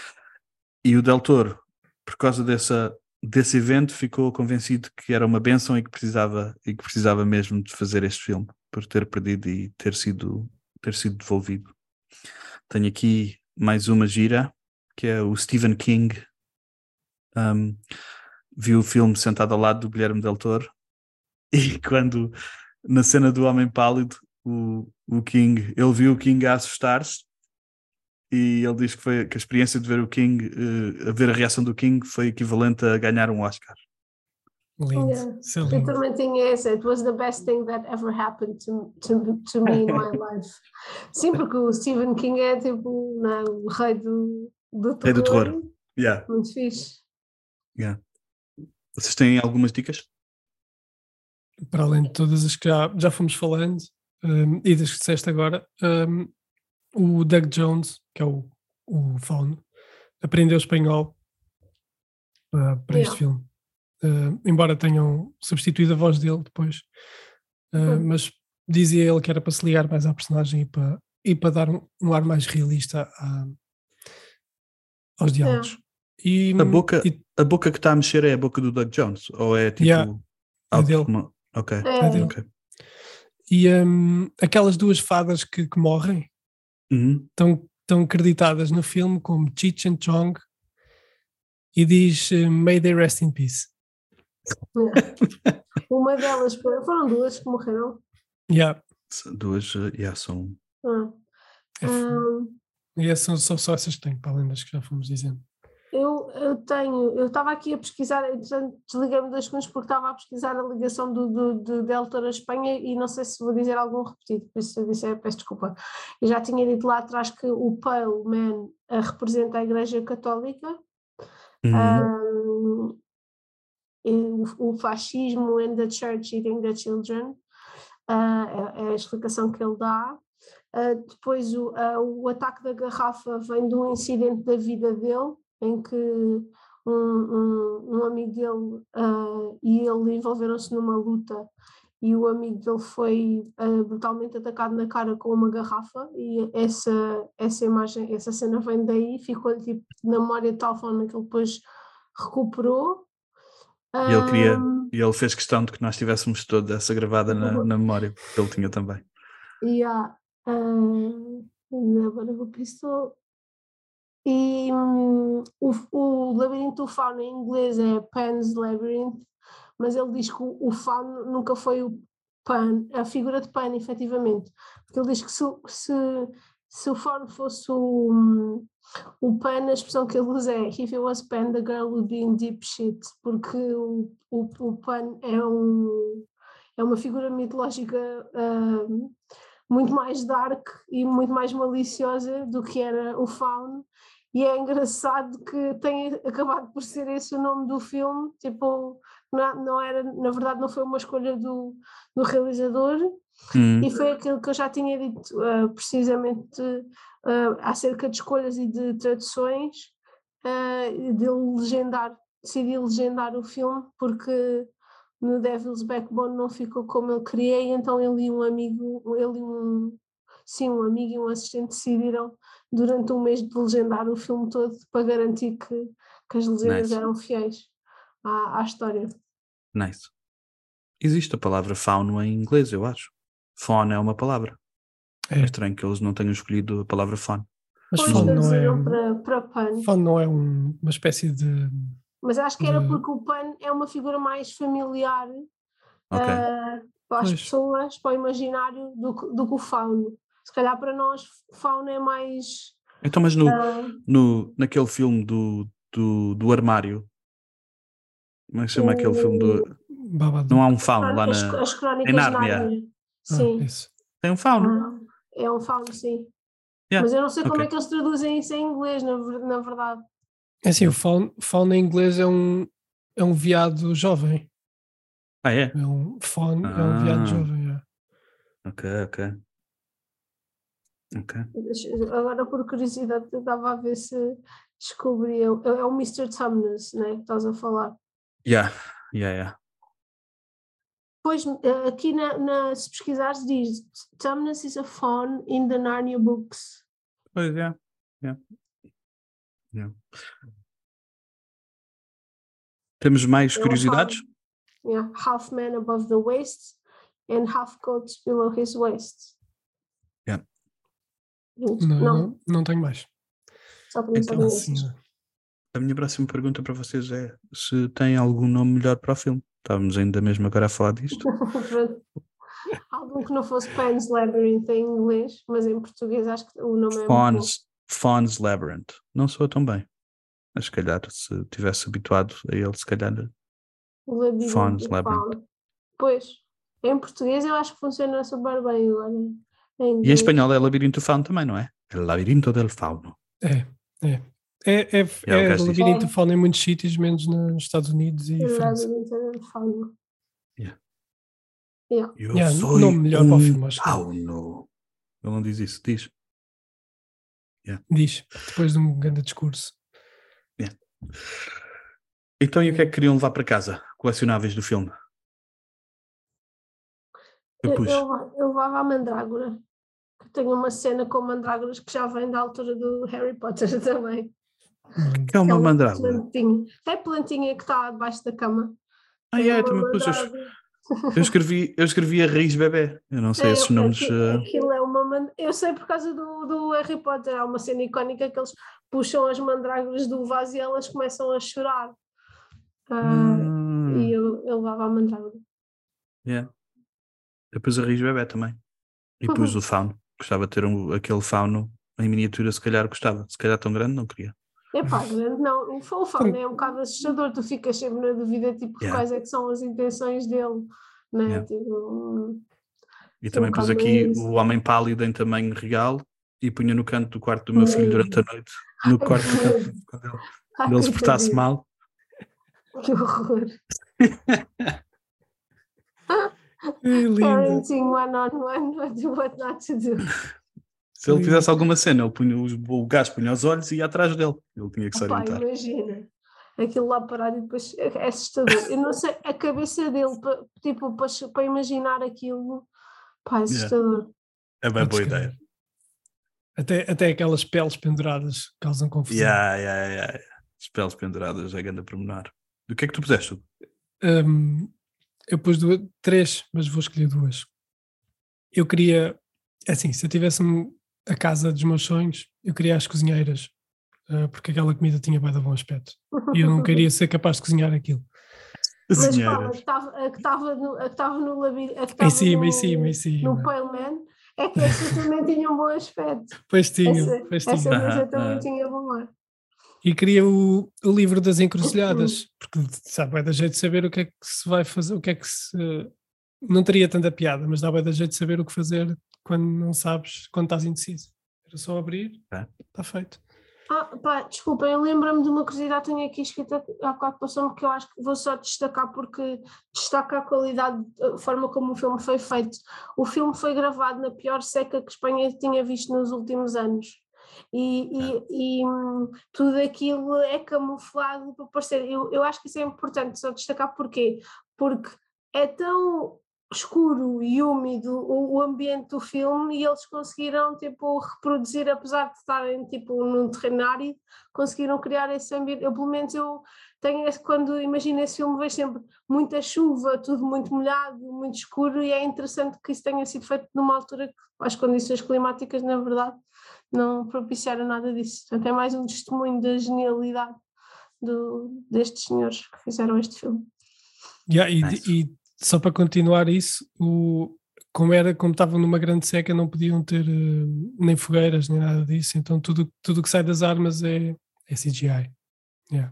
E o Del Toro, por causa dessa, desse evento, ficou convencido que era uma bênção e que precisava, e que precisava mesmo de fazer este filme, por ter perdido e ter sido, ter sido devolvido. Tenho aqui mais uma gira, que é o Stephen King. Um, viu o filme sentado ao lado do Guilherme Del Toro e quando, na cena do Homem Pálido, o, o King, ele viu o King a assustar-se e ele diz que, foi, que a experiência de ver o King, uh, a ver a reação do King foi equivalente a ganhar um Oscar. Lindo. Yeah. Isso é Eu lindo. também tinha essa. It was the best thing that ever happened to, to, to me in my life. Sim, porque o Stephen King é tipo não, o rei do, do terror. É do terror. Yeah. Muito fixe. Yeah. Vocês têm algumas dicas? Para além de todas as que já, já fomos falando um, e das que disseste agora, um, o Doug Jones, que é o, o fauno, aprendeu espanhol uh, para Yeah. este filme. Uh, embora tenham substituído a voz dele depois, uh, Uhum. mas dizia ele que era para se ligar mais à personagem e para, e para dar um, um ar mais realista a, aos diálogos. E, A boca, e, a boca que está a mexer é a boca do Doug Jones? Ou é tipo... Yeah, é algo dele. como- Ok. É. É dele. Ok. e um, aquelas duas fadas que, que morrem Uhum. estão, estão acreditadas no filme como Cheech and Chong e diz uh, May they rest in peace. Yeah. Uma delas foi- foram duas que morreram. Yeah. Duas, uh, yeah, são... Ah. É f- Um, E essas são, são só essas que tenho, para além das que já fomos dizendo. Eu, eu tenho, eu estava aqui a pesquisar, entretanto desliguei-me dois segundos porque estava a pesquisar a ligação do, do, do Del Toro à Espanha e não sei se vou dizer algum repetido, por isso se eu disser, peço desculpa. Eu já tinha dito lá atrás que o Pale Man uh, representa a Igreja Católica, Uhum. um, o, o fascismo and the church eating the children, uh, é, é a explicação que ele dá. Uh, depois o, uh, o ataque da garrafa vem de um incidente da vida dele, em que um, um, um amigo dele uh, e ele envolveram-se numa luta e o amigo dele foi uh, brutalmente atacado na cara com uma garrafa e essa, essa imagem, essa cena vem daí, ficou-lhe tipo, na memória de tal forma que ele depois recuperou. E ele queria, Um, e ele fez questão de que nós tivéssemos toda essa gravada na, na memória, que ele tinha também. E há uh, agora vou pensar. E um, o, o labirinto do fauno em inglês é Pan's Labyrinth, mas ele diz que o, o fauno nunca foi o Pan, a figura de Pan, efetivamente, porque ele diz que se, se, se o fauno fosse o, um, o Pan, a expressão que ele usa é if it was Pan, the girl would be in deep shit, porque o, o, o Pan é, um, é uma figura mitológica uh, muito mais dark e muito mais maliciosa do que era o fauno. E é engraçado que tenha acabado por ser esse o nome do filme, tipo, não, não era, na verdade não foi uma escolha do, do realizador, Hum. e foi aquilo que eu já tinha dito uh, precisamente uh, acerca de escolhas e de traduções, uh, de legendar, decidi legendar o filme, porque no Devil's Backbone não ficou como ele queria, e então ele e um amigo, ele e um, sim, um amigo e um assistente decidiram durante um mês de legendar o filme todo para garantir que, que as legendas Nice. eram fiéis à, à história. Nice. Existe a palavra fauno em inglês, eu acho. Fawn é uma palavra. É, é estranho que eles não tenham escolhido a palavra fawn. Mas Pois fawn não é, para, para Pan. fawn não é um, uma espécie de... Mas acho que era de... porque o Pan é uma figura mais familiar Okay. uh, para as Pois. pessoas, para o imaginário, do, do que o fauno. Se calhar para nós, fauno é mais... Então, mas no, uh, no, naquele filme do, do, do armário, como é que se chama o, aquele filme do... Babadook. Não há um fauno lá as, na... as em crónicas de Nárnia. Nárnia. Ah, Sim. isso. Tem um fauno. Ah, é um fauno, sim. Yeah. Mas eu não sei como Okay. é que eles traduzem isso em inglês, na, ver- na verdade. É assim, o fawn, fawn em inglês é um, é um veado jovem. Ah, é? É um fawn, é um veado Ah. jovem. É. Ok, ok. Ok. Deixa- Agora, por curiosidade, eu estava a ver se descobria. É o mister Tumnus, né, que estás a falar. Yeah, yeah, yeah. Pois, eh, aqui na, na, se pesquisares diz Tumnus is a fawn in the Narnia books. Pois é. Yeah. Yeah. Temos mais É um curiosidades? fawn. Yeah, half man above the waist and half coat below his waist. Yeah. Não, Não, não, não tenho mais. só para não Então, saber Sim, esses. A minha próxima pergunta para vocês é se tem algum nome melhor para o filme. Estávamos ainda mesmo agora a falar disto. Algum que não fosse Pan's Labyrinth em inglês, mas em português acho que o nome é muito bom. Fawn's, Fawn's Labyrinth. Não soa tão bem. Mas se calhar, se tivesse habituado a ele, se calhar... O labirinto Fawn's do Labyrinth. Faun. Pois, em português eu acho que funciona super bem agora. Em E em inglês. espanhol é Labirinto do Fauno também, não é? É Labirinto del Fauno. É, é. É, é, É o é gajo diz. labirinto É. de fauna em muitos sítios, menos nos Estados Unidos e O França. labirinto do Faun. Yeah. Yeah. Eu Yeah, sou nome melhor um para o filme, acho que- fauno. Ele não diz isso, diz. Diz, depois de um grande discurso. Então, e o que é que queriam levar para casa? Colecionáveis do filme? Eu Eu, pus. eu, eu levava a mandrágora. Que tenho uma cena com mandrágoras que já vem da altura do Harry Potter também. Hum, Que é uma Aquela mandrágora. plantinha. É a plantinha que está debaixo da cama. Ah, Tem é, uma também pus. Eu, mandrágora. eu escrevi, eu escrevi a Raiz Bebé. Eu não sei É, esses nomes. aquilo, uh, aquilo é uma man... Eu sei por causa do, do Harry Potter, há uma cena icónica que eles puxam as mandrágoras do vaso e elas começam a chorar. Ah, hum, E eu, eu levava a mandrágora. yeah. Eu pus a Raiz Bebé também. E pus o fauno. Gostava de ter um, aquele fauno em miniatura se calhar gostava, se calhar tão grande não queria. Epá, grande não, o fofão é um bocado assustador, tu ficas sempre na dúvida, tipo, Yeah. quais é que são as intenções dele, né? Yeah. Tipo, E sim, também um pus bocado aqui isso. o homem pálido em tamanho real e punha no canto do quarto do meu filho durante a noite, no Ai, quarto que quando medo. ele, quando ele, Ai, quando ele se portasse coitadinho. mal. Que horror. Que linda. Parenting one on one, what to- what not to do. Se ele Lindo. fizesse alguma cena, ele punha os, o gajo punha os olhos e ia atrás dele. Ele tinha que se Opa, orientar. imagina, aquilo lá parado e depois é assustador. Eu não sei, a cabeça dele, pa- tipo, para, para imaginar aquilo, pá, é assustador. É bem boa Podes ideia. crer. Até, até aquelas peles penduradas causam confusão. Yeah, yeah, yeah, yeah. As peles penduradas é grande a pormenor. Do que é que tu puseste? Hugo? Hum, eu pus duas, três, mas vou escolher duas. Eu queria, assim, se eu tivesse a casa dos meus sonhos, eu queria as cozinheiras, ah, porque aquela comida tinha bué de bom aspecto. E eu não queria ser capaz de cozinhar aquilo. Mas qual? A Cozinheiras. que estava a que estava no, a que estava no labirinto, a que Em estava cima, no, em cima, em cima. no Pale Man, é que essa também tinha um bom aspecto. Pois tinha, Essa, pois essa tinha. mesa Aham, também aham. tinha bom ar. E queria o, o livro das encruzilhadas, porque sabe, vai dar jeito de saber o que é que se vai fazer, o que é que se. Não teria tanta piada, mas dá bem da jeito de saber o que fazer quando não sabes, quando estás indeciso. Era só abrir, É. está feito. Ah, pá, desculpa, eu lembro-me de uma curiosidade que tenho aqui escrita há bocado passou-me, que eu acho que vou só destacar porque destaca a qualidade, a forma como o filme foi feito. O filme foi gravado na pior seca que a Espanha tinha visto nos últimos anos. E, e, e hum, tudo aquilo é camuflado para parecer. Eu, eu acho que isso é importante só destacar porquê? Porque é tão escuro e úmido o, o ambiente do filme e eles conseguiram tipo reproduzir, apesar de estarem tipo num terreno árido, conseguiram criar esse ambiente. Eu pelo menos eu tenho esse, quando imagino esse filme vejo sempre muita chuva, tudo muito molhado, muito escuro, e é interessante que isso tenha sido feito numa altura que as condições climáticas na verdade não propiciaram nada disso. Portanto é mais um testemunho da genialidade do, destes senhores que fizeram este filme. Yeah, e, Nice. e só para continuar isso, o, como era, como estavam numa grande seca, não podiam ter uh, nem fogueiras, nem nada disso, então tudo tudo que sai das armas é, é C G I. Yeah.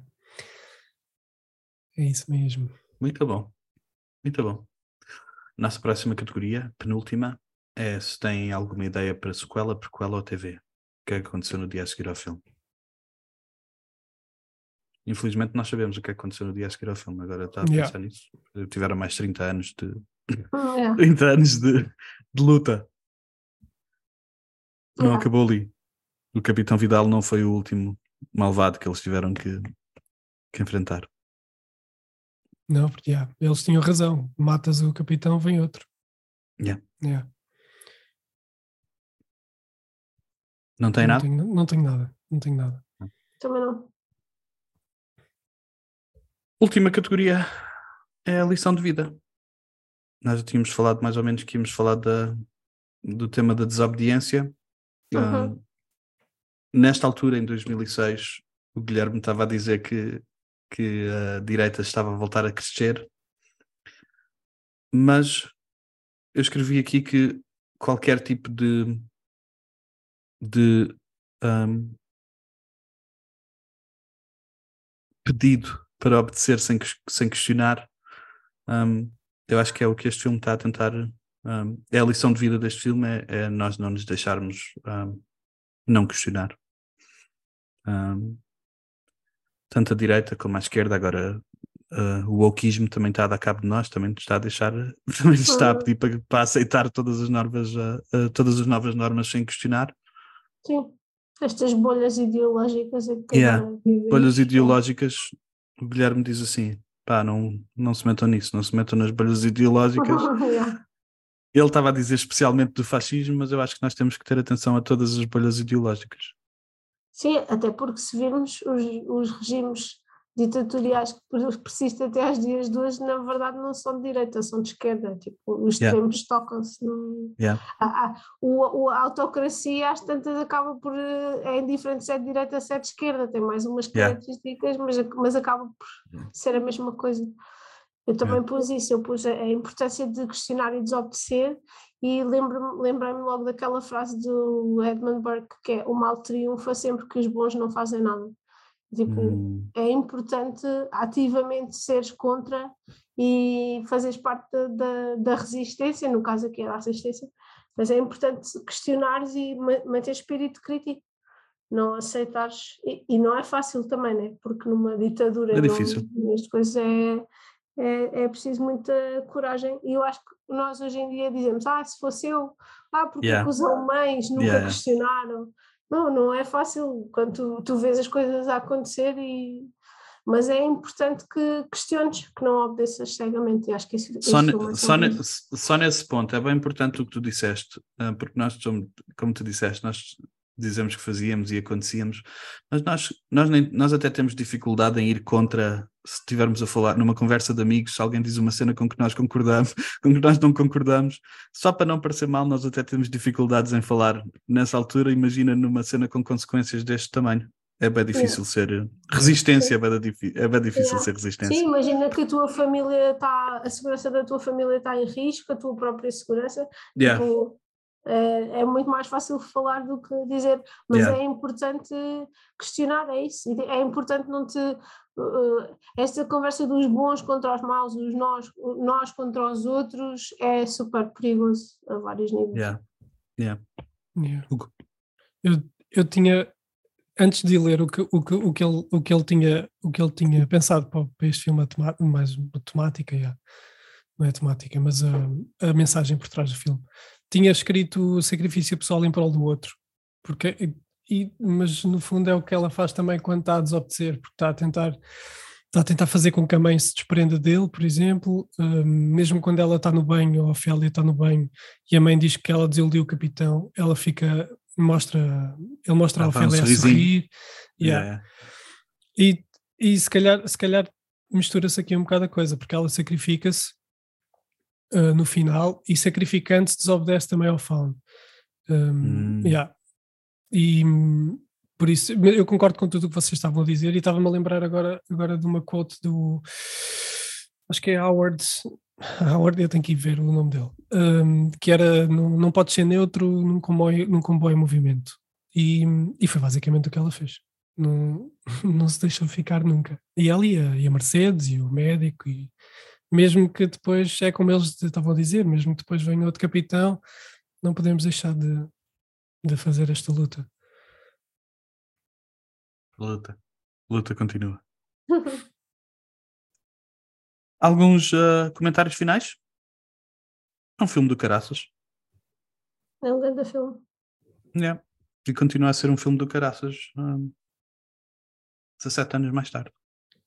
É isso mesmo. Muito bom. Muito bom. Nossa próxima categoria, penúltima, é se tem alguma ideia para sequela, prequela ou T V. O que é que aconteceu no dia a seguir ao filme? Infelizmente nós sabemos o que é que aconteceu no dia a seguir ao filme. Agora estava a Yeah. pensar nisso. Tiveram mais trinta anos de, Yeah. trinta anos de, de luta. Não Yeah. acabou ali. O Capitão Vidal não foi o último malvado que eles tiveram que, que enfrentar. Não, porque yeah, eles tinham razão. Matas o capitão, vem outro. Yeah. Yeah. Não tem não, nada? tenho, não tenho nada. Não tenho nada. Também não. Última categoria é a lição de vida. Nós já tínhamos falado mais ou menos que íamos falar da, do tema da desobediência. Uhum. Um, nesta altura, em dois mil e seis, o Guilherme estava a dizer que, que a direita estava a voltar a crescer, mas eu escrevi aqui que qualquer tipo de, de um, pedido para obedecer sem, sem questionar, um, eu acho que é o que este filme está a tentar. Um, é a lição de vida deste filme, é, é nós não nos deixarmos um, não questionar. Um, tanto a direita como a esquerda, agora uh, o wokeismo também está a dar cabo de nós, também nos está a deixar, também nos está a pedir para, para aceitar todas as normas, uh, uh, todas as novas normas sem questionar. Sim, estas bolhas ideológicas é que Yeah. agora vivemos. Bolhas ideológicas, o Guilherme diz assim, pá, não, não se metam nisso, não se metam nas bolhas ideológicas. Yeah. Ele estava a dizer especialmente do fascismo, mas eu acho que nós temos que ter atenção a todas as bolhas ideológicas. Sim, até porque se virmos os, os regimes ditatoriais que persistem até aos dias de hoje, na verdade não são de direita, são de esquerda, tipo, os Yeah. extremos tocam-se. Não... Yeah. A, a, o, o, a autocracia às tantas acaba por, é indiferente se é de direita ou se é de esquerda, tem mais umas Yeah. características, mas, mas acaba por ser a mesma coisa. Eu também Yeah. pus isso, eu pus a, a importância de questionar e desobedecer e lembro-me, lembrei-me logo daquela frase do Edmund Burke, que é: o mal triunfa sempre que os bons não fazem nada. Tipo, Hum. é importante ativamente seres contra e fazeres parte da, da, da resistência, no caso aqui era a resistência, mas é importante questionares e manter espírito crítico, não aceitares, e, e não é fácil também, né? Porque numa ditadura, É difícil. não, nestas coisas é, é, é preciso muita coragem, e eu acho que nós hoje em dia dizemos: ah, se fosse eu, ah, porque Yeah. é que os alemães nunca Yeah. questionaram. Não, não é fácil quando tu, tu vês as coisas a acontecer, e... mas é importante que questiones, que não obedeças cegamente, e acho que isso, Só, este ne, filme é só, sobre ne, isso. só nesse ponto é bem importante o que tu disseste, porque nós somos, como tu disseste, nós dizemos que fazíamos e acontecíamos, mas nós, nós, nem, nós até temos dificuldade em ir contra, se estivermos a falar numa conversa de amigos, se alguém diz uma cena com que nós concordamos, com que nós não concordamos, só para não parecer mal, nós até temos dificuldades em falar nessa altura. Imagina numa cena com consequências deste tamanho. É bem difícil yeah. ser resistência, é bem, é bem difícil yeah. ser resistência. Sim, imagina que a tua família está, a segurança da tua família está em risco, a tua própria segurança, yeah. tipo, é, é muito mais fácil falar do que dizer, mas yeah. é importante questionar, é isso, é importante não te, uh, esta conversa dos bons contra os maus, os nós, nós contra os outros, é super perigoso a vários níveis. Yeah. Yeah. Yeah. Eu, eu tinha... Antes de ler o que, o, que, o, que ele, o, que ele tinha, o que ele tinha pensado para, para este filme, a mais a temática, yeah. não é a temática, mas a, a mensagem por trás do filme, tinha escrito o sacrifício pessoal em prol do outro, porque, e, mas no fundo é o que ela faz também quando está a desobedecer, porque está a tentar, está a tentar fazer com que a mãe se desprenda dele, por exemplo, um, mesmo quando ela está no banho, a Ofélia está no banho, e a mãe diz que ela desiludiu o capitão, ela fica... mostra, ele mostra ah, a Ofélia um a sorrir yeah. Yeah. E, e se calhar, se calhar mistura-se aqui um bocado a coisa, porque ela sacrifica-se uh, no final, e sacrificando-se desobedece também ao Faun. Um, hum. yeah. E por isso eu concordo com tudo o que vocês estavam a dizer, e estava-me a lembrar agora, agora de uma quote do, acho que é Howard Howard, eu tenho que ir ver o nome dele, um, que era: não, não pode ser neutro num comboio, num comboio em movimento, e, e foi basicamente o que ela fez, não, não se deixou ficar nunca, e ela e a, e a Mercedes e o médico, e mesmo que depois, é como eles estavam a dizer, mesmo que depois venha outro capitão, não podemos deixar de, de fazer esta luta. Luta, luta continua. Alguns uh, comentários finais? É um filme do caraças. É um grande filme. Yeah. E continua a ser um filme do caraças um, dezassete anos mais tarde.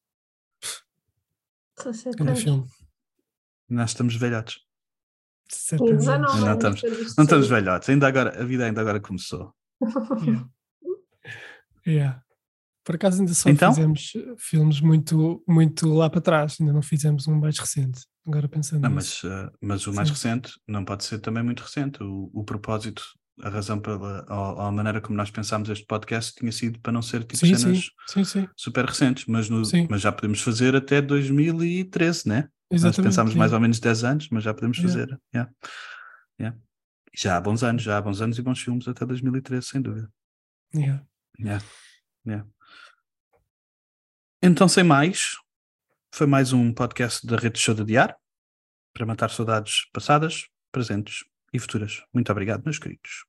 dezassete anos. Filme. Nós estamos velhotos. E dezanove não, estamos, não estamos velhotos. Ainda agora, a vida ainda agora começou. Yeah. Yeah. Por acaso ainda só então? fizemos filmes muito, muito lá para trás, ainda não fizemos um mais recente, agora pensando não, nisso. Mas, uh, mas o mais Sim. recente não pode ser também muito recente. O, o propósito, a razão pela a, a maneira como nós pensámos este podcast tinha sido para não ser tipo sim, cenas sim. Sim, sim. super recentes, mas, no, mas já podemos fazer até dois mil e treze, né? Exatamente, nós pensámos yeah. mais ou menos dez anos, mas já podemos yeah. fazer. Yeah. Yeah. Já há bons anos, já há bons anos e bons filmes até dois mil e treze, sem dúvida. Yeah. Yeah. Yeah. Então, sem mais, foi mais um podcast da Rede Show de Adiar, para matar saudades passadas, presentes e futuras. Muito obrigado, meus queridos.